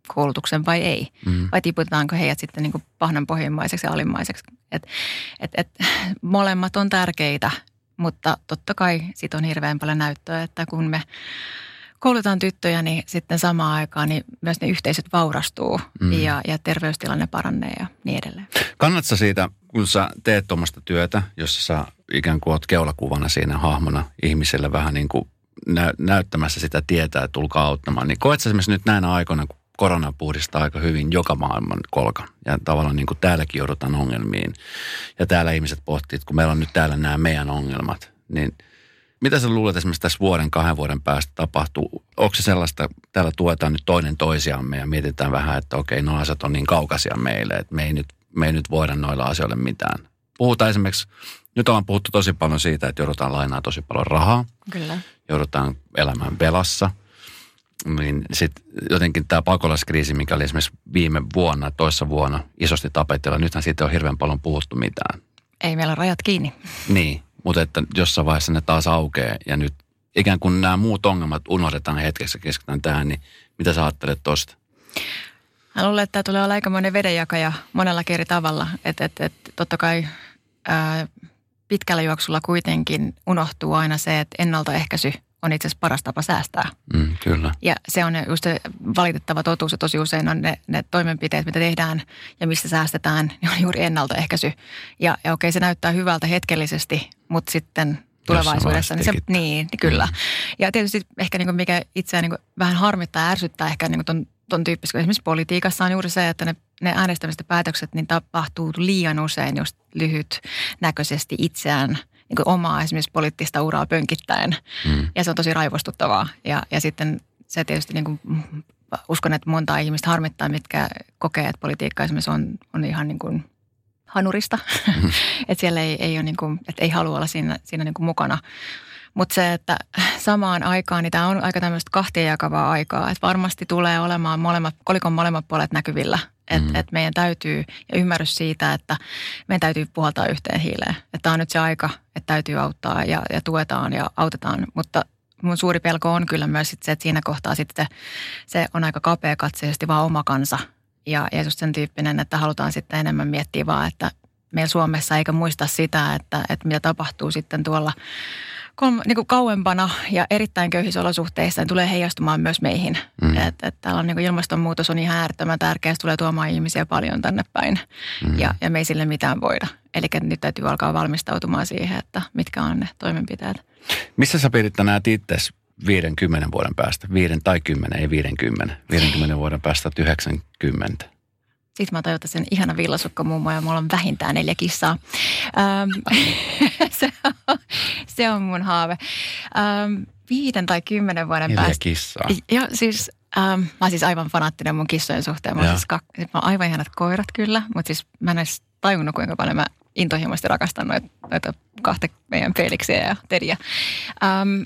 koulutuksen vai ei. Mm. Vai tiputetaanko heidät sitten niin kuin pahnanpohjimmaiseksi ja alimmaiseksi. Et, et, et, molemmat on tärkeitä, mutta totta kai siitä on hirveän paljon näyttöä, että kun me koulutaan tyttöjä, niin sitten samaan aikaan niin myös ne yhteisöt vaurastuu mm. ja, ja terveystilanne paranee ja niin edelleen. Kannatko siitä, kun sä teet tuommoista työtä, jossa sä ikään kuin oot keulakuvana siinä hahmona ihmiselle vähän niin kuin nä- näyttämässä sitä tietää, että tulkaa auttamaan, niin koet sä esimerkiksi nyt näinä aikoina, kun korona puhdistaa aika hyvin joka maailman kolkan ja tavallaan niin kuin täälläkin joudutaan ongelmiin ja täällä ihmiset pohtii, että kun meillä on nyt täällä nämä meidän ongelmat, niin mitä sä luulet esimerkiksi tässä vuoden, kahden vuoden päästä tapahtuu? Onko se sellaista, täällä tuetaan nyt toinen toisiamme ja mietitään vähän, että okei, nuo asiat on niin kaukaisia meille, että me ei nyt, me ei nyt voida noilla asioilla mitään. Puhutaan esimerkiksi, nyt ollaan puhuttu tosi paljon siitä, että joudutaan lainaa tosi paljon rahaa. Kyllä. Joudutaan elämään velassa. Niin sitten jotenkin tämä pakolaiskriisi, mikä oli esimerkiksi viime vuonna, toissa vuonna isosti tapetilla, nythän siitä on hirveän paljon puhuttu mitään. Ei meillä rajat kiinni. Niin. Mutta että jossain vaiheessa ne taas aukeaa ja nyt ikään kuin nämä muut ongelmat unohdetaan hetkessä, keskitytään tähän, niin mitä sä ajattelet tosta? Mä luulen, että tämä tulee olla aikamoinen vedenjakaja monella eri tavalla. Että et, et, totta kai ää, pitkällä juoksulla kuitenkin unohtuu aina se, että ennaltaehkäisy on itse asiassa paras tapa säästää. Mm, kyllä. Ja se on just se valitettava totuus, että tosi usein on ne, ne toimenpiteet, mitä tehdään ja mistä säästetään, niin on juuri ennaltaehkäisy. Ja, ja okei, se näyttää hyvältä hetkellisesti, mutta sitten tulevaisuudessa, niin se, niin, niin kyllä. Mm. Ja tietysti ehkä niin kuin mikä itseään niin kuin vähän harmittaa ja ärsyttää ehkä niin kuin ton, ton tyyppistä, esimerkiksi politiikassa on juuri se, että ne, ne äänestämistä päätökset niin tapahtuu liian usein just lyhytnäköisesti itseään, niin kuin omaa esimerkiksi poliittista uraa pönkittäen. Mm. Ja se on tosi raivostuttavaa. Ja, ja sitten se tietysti niin kuin, uskon, että monta ihmistä harmittaa, mitkä kokee, että politiikka esimerkiksi on, on ihan niin kuin hanurista. Mm. Että siellä ei, ei ole niin kuin, että ei halua olla siinä, siinä niin kuin mukana. Mutta se, että samaan aikaan, niin tämä on aika tämmöistä kahtia jakavaa aikaa. Että varmasti tulee olemaan molemmat, kolikon molemmat puolet näkyvillä. Että mm. et meidän täytyy, ja ymmärrys siitä, että meidän täytyy puhaltaa yhteen hiileen. Että tämä on nyt se aika, että täytyy auttaa ja, ja tuetaan ja autetaan. Mutta mun suuri pelko on kyllä myös sit se, että siinä kohtaa sitten se on aika kapeakatseisesti vaan oma kansa. Ja, ja just sen tyyppinen, että halutaan sitten enemmän miettiä vaan, että meillä Suomessa eikä muista sitä, että, että mitä tapahtuu sitten tuolla niin kuin kauempana ja erittäin köyhissä olosuhteissa, niin tulee heijastumaan myös meihin. Mm. Että et täällä on niin kuin ilmastonmuutos on ihan äärettömän tärkeä, se tulee tuomaan ihmisiä paljon tänne päin mm. ja, ja me ei sille mitään voida. Eli nyt täytyy alkaa valmistautumaan siihen, että mitkä on ne toimenpiteet. Missä sä pidit näet itsesi viidenkymmenen vuoden päästä? Viiden tai kymmenen, ei viidenkymmenen. viidenkymmenen vuoden päästä yhdeksänkymmentä. Sitten mä toivotan sen ihana villasukka mummo ja mulla on vähintään neljä kissaa. Ähm, se, on, se on mun haave. Ähm, viiden tai kymmenen vuoden neljä päästä. kissaa. Ja siis, ähm, mä oon siis aivan fanaattinen mun kissojen suhteen. Mä oon siis kak, mä oon aivan ihanat koirat kyllä, mutta siis mä en edes tajunnut, kuinka paljon mä intohimoisesti rakastan noita, noita kahta meidän Felixiä ja Tediä. Ähm,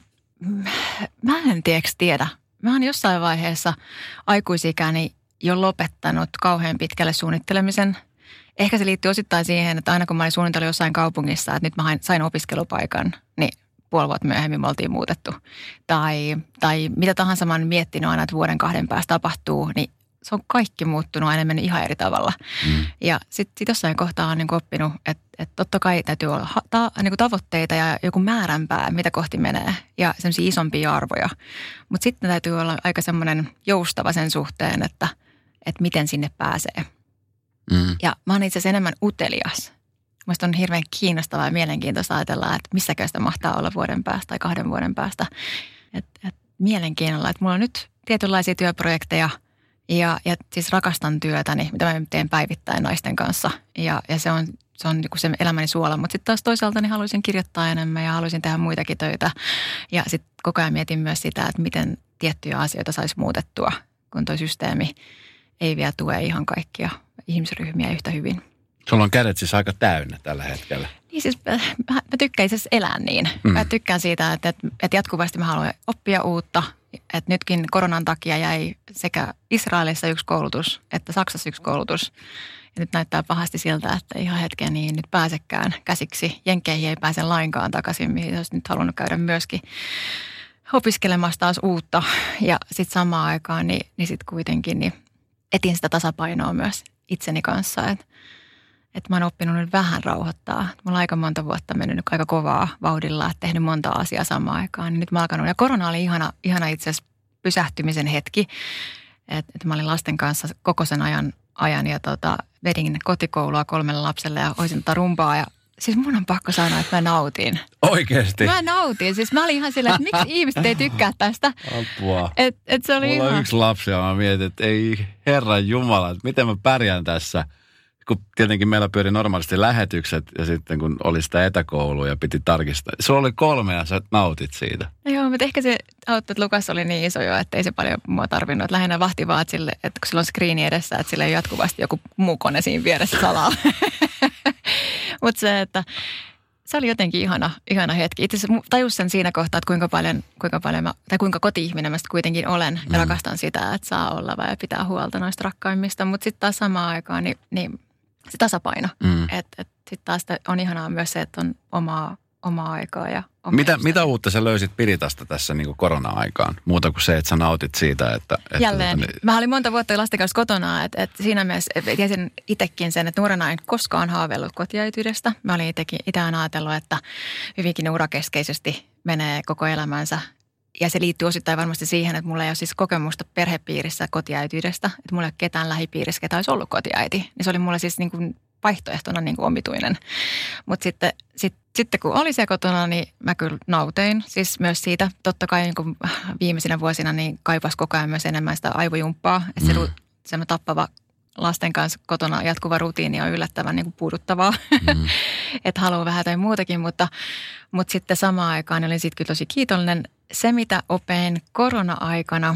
mä en tiedäks tiedä. Mä oon jossain vaiheessa aikuisikäni jo lopettanut kauhean pitkälle suunnittelemisen. Ehkä se liittyy osittain siihen, että aina kun mä olin suunnitellut jossain kaupungissa, että nyt mä sain opiskelupaikan, niin puoli vuotta myöhemmin me oltiin muutettu. Tai, tai mitä tahansa mä oon miettinyt aina, että vuoden kahden päästä tapahtuu, niin se on kaikki muuttunut aina mennyt ihan eri tavalla. Mm. Ja sitten sit jossain kohtaa on niin oppinut, että, että totta kai täytyy olla ta, niin tavoitteita ja joku määränpää, mitä kohti menee. Ja semmoisia isompia arvoja. Mutta sitten täytyy olla aika semmoinen joustava sen suhteen, että että miten sinne pääsee. Mm. Ja mä oon itse asiassa enemmän utelias. Musta on hirveän kiinnostavaa ja mielenkiintoista ajatella, että missäkö sitä mahtaa olla vuoden päästä tai kahden vuoden päästä. Että et mielenkiinnolla, että mulla on nyt tietynlaisia työprojekteja ja, ja siis rakastan työtäni, mitä mä teen päivittäin naisten kanssa. Ja, ja se on, se on niin kuin se elämäni suola. Mutta sitten taas toisaalta niin haluaisin kirjoittaa enemmän ja haluaisin tehdä muitakin töitä. Ja sitten koko ajan mietin myös sitä, että miten tiettyjä asioita saisi muutettua, kun toi systeemi ei vielä tue ihan kaikkia ihmisryhmiä yhtä hyvin. Sulla on kädet siis aika täynnä tällä hetkellä. Niin siis mä, mä tykkään itse asiassa elää niin. Mm. Mä tykkään siitä, että, että jatkuvasti mä haluan oppia uutta. Että nytkin koronan takia jäi sekä Israelissa yksi koulutus että Saksassa yksi koulutus. Ja nyt näyttää pahasti siltä, että ihan hetken niin nyt pääsekään käsiksi. Jenkkeihin ei pääse lainkaan takaisin, mihin olisi nyt halunnut käydä myöskin opiskelemassa taas uutta. Ja sitten samaan aikaan niin, niin sitten kuitenkin niin etin sitä tasapainoa myös itseni kanssa, että et mä oon oppinut nyt vähän rauhoittaa. Mulla on aika monta vuotta mennyt nyt aika kovaa vauhdilla, että tehnyt monta asiaa samaan aikaan. Niin nyt mä alkanut, ja korona oli ihana, ihana itse asiassa pysähtymisen hetki, että et mä olin lasten kanssa koko sen ajan, ajan ja tota, vedin kotikoulua kolmelle lapselle ja hoisin tota rumpaa ja siis mun on pakko sanoa, että mä nautin. Oikeesti? Mä nautin. Siis mä olin ihan silleen, että miksi ihmiset ei tykkää tästä. Apua. Et, et se oli Mulla ihan... on yksi lapsi ja mä mietin, että ei herran jumala, että miten mä pärjään tässä. Kun tietenkin meillä pyöri normaalisti lähetykset ja sitten kun oli sitä etäkoulua ja piti tarkistaa. Sulla oli kolme ja sä nautit siitä. No joo, mutta ehkä se auttoi, että Lukas oli niin iso jo, että ei se paljon mua tarvinnut. Että lähinnä vahti vaan, että, sille, että kun sillä on screeni edessä, että sillä ei jatkuvasti joku muu kone siinä vieressä salaa. Mutta se, että se oli jotenkin ihana, ihana hetki. Itse asiassa tajus sen siinä kohtaa, että kuinka paljon, kuinka paljon mä, tai kuinka koti-ihminen mä sitten kuitenkin olen. Ja mm. rakastan sitä, että saa olla ja pitää huolta noista rakkaimmista. Mutta sitten taas samaan aikaan, niin, niin se tasapaino. Mm. Että et, sitten taas on ihanaa myös se, että on omaa, omaa aikaa ja Mitä, mitä uutta sä löysit Piritasta tässä niin kuin korona-aikaan? Muuta kuin se, että sä nautit siitä, että... että Jälleen. Että, niin... Mä olin monta vuotta lasten kanssa kotona, että, että siinä mielessä tiesin itsekin sen, että nuorena en koskaan haaveillut kotiäityydestä. Mä olin itsekin itse ajatellut, että hyvinkin urakeskeisesti menee koko elämänsä. Ja se liittyy osittain varmasti siihen, että mulla ei ole siis kokemusta perhepiirissä kotiäityydestä. Että mulla ei ole ketään lähipiirissä, ketä olisi ollut kotiäiti. Niin se oli mulle siis niin kuin vaihtoehtona niin kuin omituinen. Mutta sitten, sit, sitten kun oli siellä kotona, niin mä kyllä nautein. Siis myös siitä, totta kai niin kuin viimeisinä vuosina niin kaipasi koko ajan myös enemmän sitä aivojumppaa. Että se, mm. se tappava lasten kanssa kotona jatkuva rutiini on yllättävän niin kuin puuduttavaa. Mm. Että haluaa vähän tai muutakin, mutta, mutta sitten samaan aikaan olin siitä kyllä tosi kiitollinen. Se, mitä opin korona-aikana,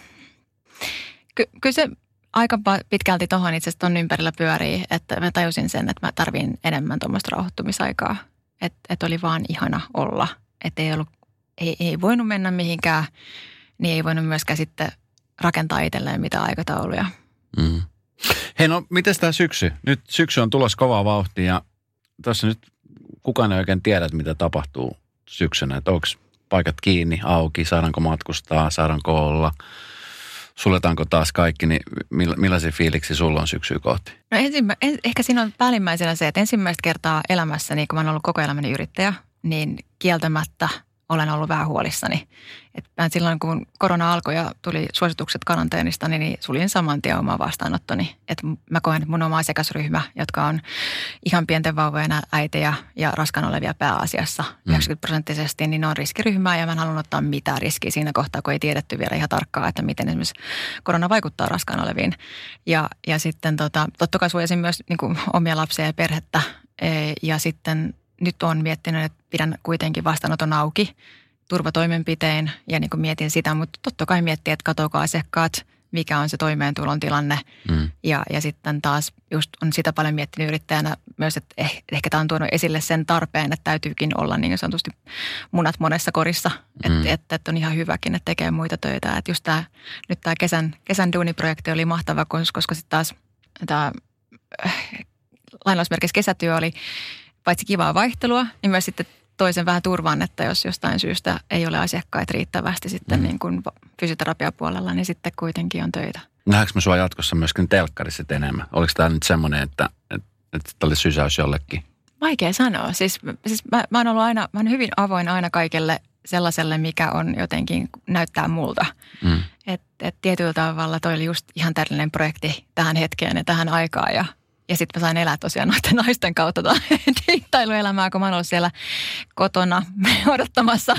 ky, kyllä se aika pitkälti tuohon itse asiassa ton ympärillä pyörii, että mä tajusin sen, että mä tarvin enemmän tuommoista rauhoittumisaikaa. Että et oli vaan ihana olla. Että ei, ei, ei voinut mennä mihinkään, niin ei voinut myöskään sitten rakentaa itselleen mitään aikatauluja. Mm. Hei, no miten tämä syksy? Nyt syksy on tulossa kovaa vauhtia ja tuossa nyt kukaan ei oikein tiedä, mitä tapahtuu syksynä. Että onko paikat kiinni, auki, saadaanko matkustaa, saadaanko olla, suljetaanko taas kaikki, niin millaisia fiiliksi sulla on syksyä kohti? No ensimmä, en, ehkä siinä on päällimmäisenä se, että ensimmäistä kertaa elämässäni, kun mä oon ollut koko elämäni yrittäjä, niin kieltämättä olen ollut vähän huolissani. Että silloin kun korona alkoi ja tuli suositukset karanteenista, niin suljin saman tien omaa vastaanottoni. Että mä koen, että mun oma asiakasryhmä, jotka on ihan pienten vauvojen äitejä ja raskaana olevia pääasiassa mm. yhdeksänkymmentä prosenttisesti, niin ne on riskiryhmää ja mä en halunnut ottaa mitään riskiä siinä kohtaa, kun ei tiedetty vielä ihan tarkkaan, että miten esimerkiksi korona vaikuttaa raskaana oleviin. Ja, ja sitten tota, totta kai suojasin myös niin kuin omia lapsia ja perhettä ja sitten nyt olen miettinyt, että pidän kuitenkin vastaanoton auki turvatoimenpiteen ja niin kuin mietin sitä, mutta totta kai miettii, että katoako asiakkaat, mikä on se toimeentulon tilanne. Mm. Ja, ja sitten taas just on sitä paljon miettinyt yrittäjänä myös, että eh, ehkä tämä on tuonut esille sen tarpeen, että täytyykin olla niin sanotusti munat monessa korissa. Mm. Että et, et on ihan hyväkin, että tekee muita töitä. Että just tämä, nyt tämä kesän, kesän duuniprojekti oli mahtava, koska sitten taas tämä äh, lainausmerkissä kesätyö oli paitsi kivaa vaihtelua, niin myös sitten toisen vähän turvan, että jos jostain syystä ei ole asiakkaita riittävästi sitten mm. niin kuin fysioterapiapuolella, niin sitten kuitenkin on töitä. Nähdäänkö me sua jatkossa myöskin telkkarissa enemmän? Oliko tämä nyt semmoinen, että, että, että tämä oli sysäys jollekin? Vaikea sanoa. Siis, siis mä, mä oon ollut aina, mä oon hyvin avoin aina kaikelle sellaiselle, mikä on jotenkin näyttää multa. Mm. Että et tietyllä tavalla toi oli just ihan täydellinen projekti tähän hetkeen ja tähän aikaan ja Ja sitten mä sain elää tosiaan noiden naisten kautta deittailuelämää, kun mä oon ollut siellä kotona odottamassa.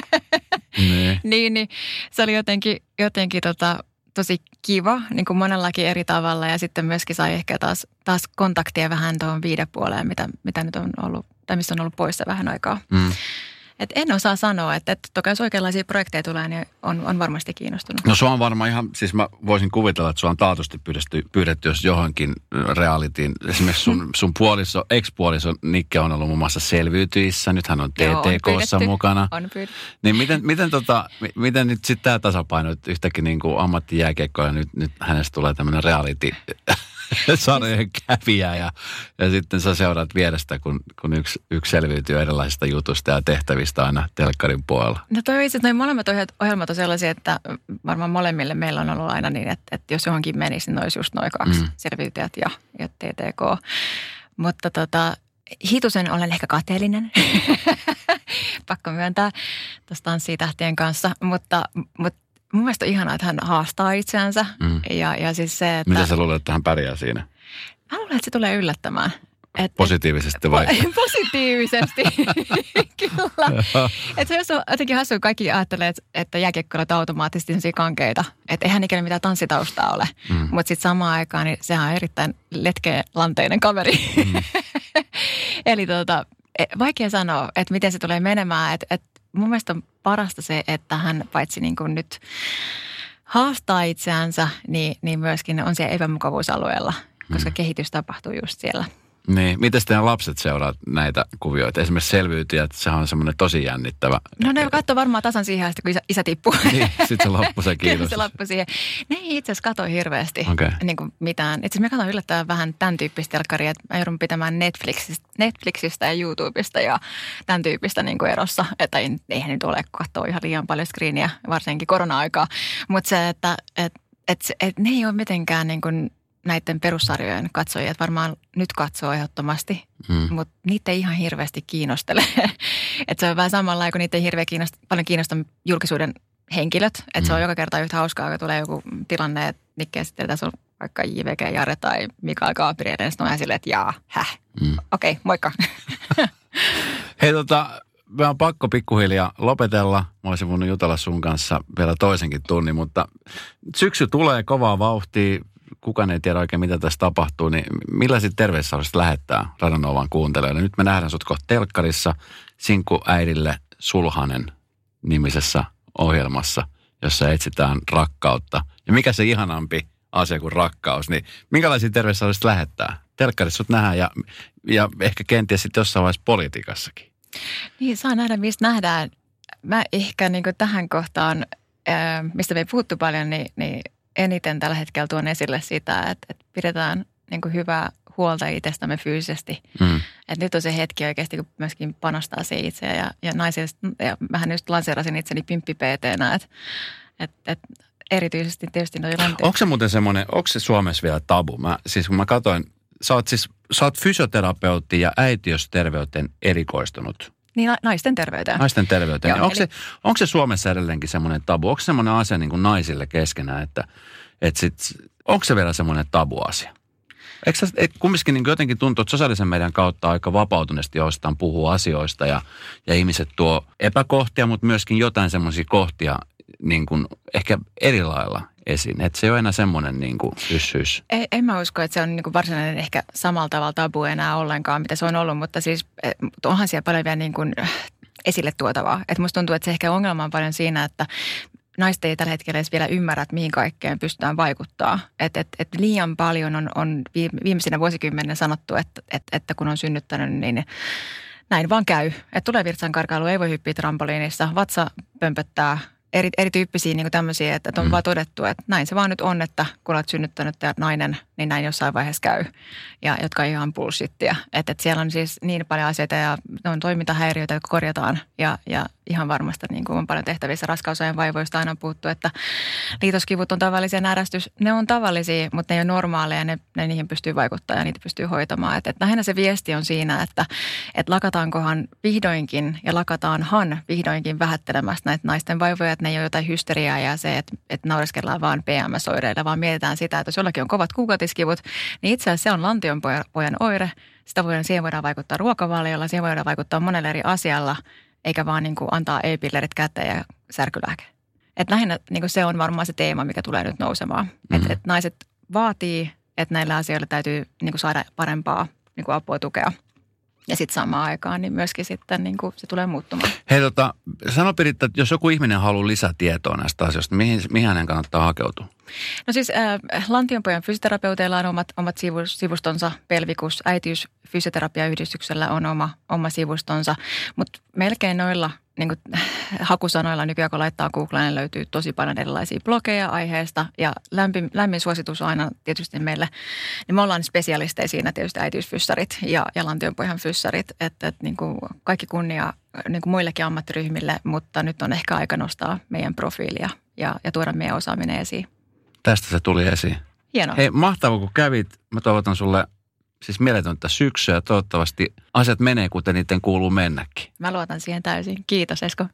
Nee. niin, niin se oli jotenkin, jotenkin tota, tosi kiva, niin kuin monellakin eri tavalla. Ja sitten myöskin sai ehkä taas, taas kontaktia vähän tuohon viidepuoleen, mitä, mitä nyt on ollut, tai mistä on ollut poissa vähän aikaa. Mm. Et en osaa sanoa, että, että toki jos oikeanlaisia projekteja tulee, niin on, on varmasti kiinnostunut. No sua on varmaan ihan, siis mä voisin kuvitella, että sua on taatusti pyydetty, pyydetty jos johonkin realitiin. Esimerkiksi sun, sun puoliso, ex-puoliso Nikke on ollut muun muassa Selviytyissä, nyt hän on T T K:ssa mukana. On pyydetty. Niin miten, miten, tota, miten nyt sitten tämä tasapaino, että yhtäkkiä niin kuin ammattijääkiekkoja, nyt, nyt hänestä tulee tämmöinen reality sarjojen kävijä ja, ja sitten sä seuraat vierestä, kun, kun yksi, yksi selviytyy erilaisista jutusta ja tehtävistä aina telkkarin puolella. No toi itse, noin molemmat ohjelmat on sellaisia, että varmaan molemmille meillä on ollut aina niin, että, että jos johonkin menisi, niin ne olisi just noin kaksi, mm. selviytyjät ja, ja T T K. Mutta tota, hitusen olen ehkä kateellinen, pakko myöntää tuossa Tanssii tähtien kanssa, mutta, mutta mun mielestä on ihanaa, että hän haastaa itseänsä. Mm. Ja, ja siis se, että... Mitä sä luulet, että hän pärjää siinä? Mä luulen, että se tulee yllättämään. Et, Positiivisesti vai? Positiivisesti, kyllä. Että se on jotenkin hassu, kaikki ajattelee, että jääkiekkoilijat automaattisesti sellaisia kankeita. Että eihän ikinä mitään tanssitaustaa ole. Mm. Mutta sitten samaan aikaan, niin sehän on erittäin letkeä lanteinen kaveri. Mm. Eli tota, vaikea sanoa, että miten se tulee menemään. Että et mun mielestä on parasta se, että hän paitsi niin kuin nyt haastaa itseänsä, niin, niin myöskin on siellä epämukavuusalueella, koska mm. kehitys tapahtuu just siellä. Niin, miten teidän lapset seuraat näitä kuvioita? Esimerkiksi selviytyjät, sehän on semmoinen tosi jännittävä. No ne katsoo varmaan tasan siihen asti, kun isä, isä tippuu. Niin, sitten se loppui se kiitos. Kyllä se loppui siihen. Ne ei itse asiassa katso hirveästi okay. niin kuin mitään. Itse asiassa mä katson yllättävän vähän tämän tyyppistä telkkaria, että mä joudun pitämään Netflixistä, Netflixistä ja YouTubesta ja tämän tyyppistä niin kuin erossa. Että eihän nyt ole katsoa ihan liian paljon screeniä, varsinkin korona-aikaa. Mutta se, että et, et, et ne ei ole mitenkään niin kuin näiden perussarjojen katsojia, että varmaan nyt katsoo ehdottomasti, hmm. mutta niitä ei ihan hirveästi kiinnostele. Että se on vähän samalla, kun niitä ei hirveän kiinnosta, paljon kiinnosta julkisuuden henkilöt. Että hmm. se on joka kerta yhtä hauskaa, kun tulee joku tilanne, että Nikke sitten tässä on vaikka J V G Jare tai Mikael Gabriel, ja sitten on ihan silleen, että jaa, häh, hmm. okei, okay, moikka. Hei tota, me on pakko pikkuhiljaa lopetella. Mä olisin voinut jutella sun kanssa vielä toisenkin tunnin, mutta syksy tulee kovaa vauhtia. Kukaan ei tiedä oikein, mitä tässä tapahtuu, niin millaiset terveiset haluaisit lähettää Radionovan kuuntelijoille? Nyt me nähdään sut kohta telkkarissa Sinkkuäidille Sulhanen nimisessä ohjelmassa, jossa etsitään rakkautta. Ja mikä se ihanampi asia kuin rakkaus, niin minkälaisia terveisiä haluaisit lähettää? Telkkarissa sut nähdään ja, ja ehkä kenties sitten jossain vaiheessa politiikassakin. Niin, saa nähdä, mistä nähdään. Mä ehkä niin kuin tähän kohtaan, mistä me ei puhuttu paljon, niin, niin eniten tällä hetkellä tuon esille sitä, että, että pidetään niin kuin hyvää huolta itsestämme fyysisesti. Mm. Että nyt on se hetki oikeasti, kun myöskin panostaa se itse. Ja, ja naisista, ja mähän just lanseerasin itseni pimppi-pt-nä, että, että, että erityisesti tietysti noin lanteet. Onko se muuten semmoinen, onko se Suomessa vielä tabu? Mä, siis kun mä katsoin, sä oot siis, sä oot fysioterapeutti ja äitiösterveyteen erikoistunut. Niin, naisten terveyteen. Naisten terveyteen. Joo, onko, eli... se, onko se Suomessa edelleenkin semmoinen tabu? Onko se semmoinen asia niin kuin naisille keskenään, että, että sit, onko se vielä semmoinen tabuasia? Eikö se kumminkin niin jotenkin tuntuu, että sosiaalisen median kautta aika vapautuneesti jostain puhuu asioista ja, ja ihmiset tuo epäkohtia, mutta myöskin jotain semmoisia kohtia niin kuin ehkä eri lailla esiin. Että se ei ole enää semmoinen niin kuin yssyys. En, en mä usko, että se on niin kuin varsinainen ehkä samalla tavalla tabu enää ollenkaan, mitä se on ollut, mutta siis onhan siellä paljon vielä niin kuin esille tuotavaa. Että musta tuntuu, että se ehkä ongelma on paljon siinä, että naiset ei tällä hetkellä edes vielä ymmärrä, että mihin kaikkeen pystytään vaikuttaa. Että et, et liian paljon on, on viimeisinä vuosikymmeninä sanottu, että, että, että kun on synnyttänyt, niin näin vaan käy. Että tulee virtsankarkailu, ei voi hyppiä trampoliinissa, vatsa pömpöttää. Eri, erityyppisiä niin kuin tämmöisiä, että on mm. vaan todettu, että näin se vaan nyt on, että kun olet synnyttänyt ja nainen, niin näin jossain vaiheessa käy. Ja jotka on ihan bullshittia. Että, että siellä on siis niin paljon asioita ja on toimintahäiriöitä, jotka korjataan. Ja, ja ihan varmasti niin kuin on paljon tehtävissä raskausajan vaivoista aina on puhuttu, että liitoskivut on tavallisia, närästys, ne on tavallisia, mutta ne ei ole normaaleja, ne, ne niihin pystyy vaikuttamaan ja niitä pystyy hoitamaan. Että, että lähinnä se viesti on siinä, että, että lakataankohan vihdoinkin ja lakataanhan vihdoinkin vähättelemästä näitä naisten vaivoja, että ne ei ole jotain hysteriaa ja se, että, että naureskellaan vaan P M S-oireilla, vaan mietitään sitä, että jos jollakin on kovat kuukautiskivut, niin itse asiassa se on lantionpojan oire. Sitä voidaan, siihen voidaan vaikuttaa ruokavaliolla, siihen voidaan vaikuttaa monella eri asialla, eikä vaan niin kuin antaa e-pillerit käteen ja särkylääke. Että lähinnä niin kuin se on varmaan se teema, mikä tulee nyt nousemaan. Mm-hmm. Että et naiset vaatii, että näillä asioilla täytyy niin kuin saada parempaa niin kuin apua tukea. Ja sitten samaan aikaan niin myöskin sitten niin kuin se tulee muuttumaan. Hei tota, sano Piritta, että jos joku ihminen haluaa lisätietoa näistä asioista, mihin, mihin hänen kannattaa hakeutua? No siis äh, Lantionpojan fysioterapeuteilla on omat, omat sivustonsa, Pelvikus, äitiysfysioterapiayhdistyksellä on oma, oma sivustonsa, mutta melkein noilla niin kuin, hakusanoilla nykyään, kun laittaa Googleen, niin löytyy tosi paljon erilaisia blogeja aiheesta ja lämmin, lämmin suositus on aina tietysti meille, niin me ollaan spesialisteja siinä tietysti äitiysfyssarit ja, ja Lantionpojan fyssarit, että, että niin kuin kaikki kunnia niin kuin muillekin ammattiryhmille, mutta nyt on ehkä aika nostaa meidän profiilia ja, ja tuoda meidän osaaminen esiin. Tästä se tuli esiin. Hienoa. Hei, mahtavaa kun kävit. Mä toivotan sulle siis mieletöntä syksyä ja toivottavasti asiat menee, kuten niiden kuuluu mennäkin. Mä luotan siihen täysin. Kiitos, Esko.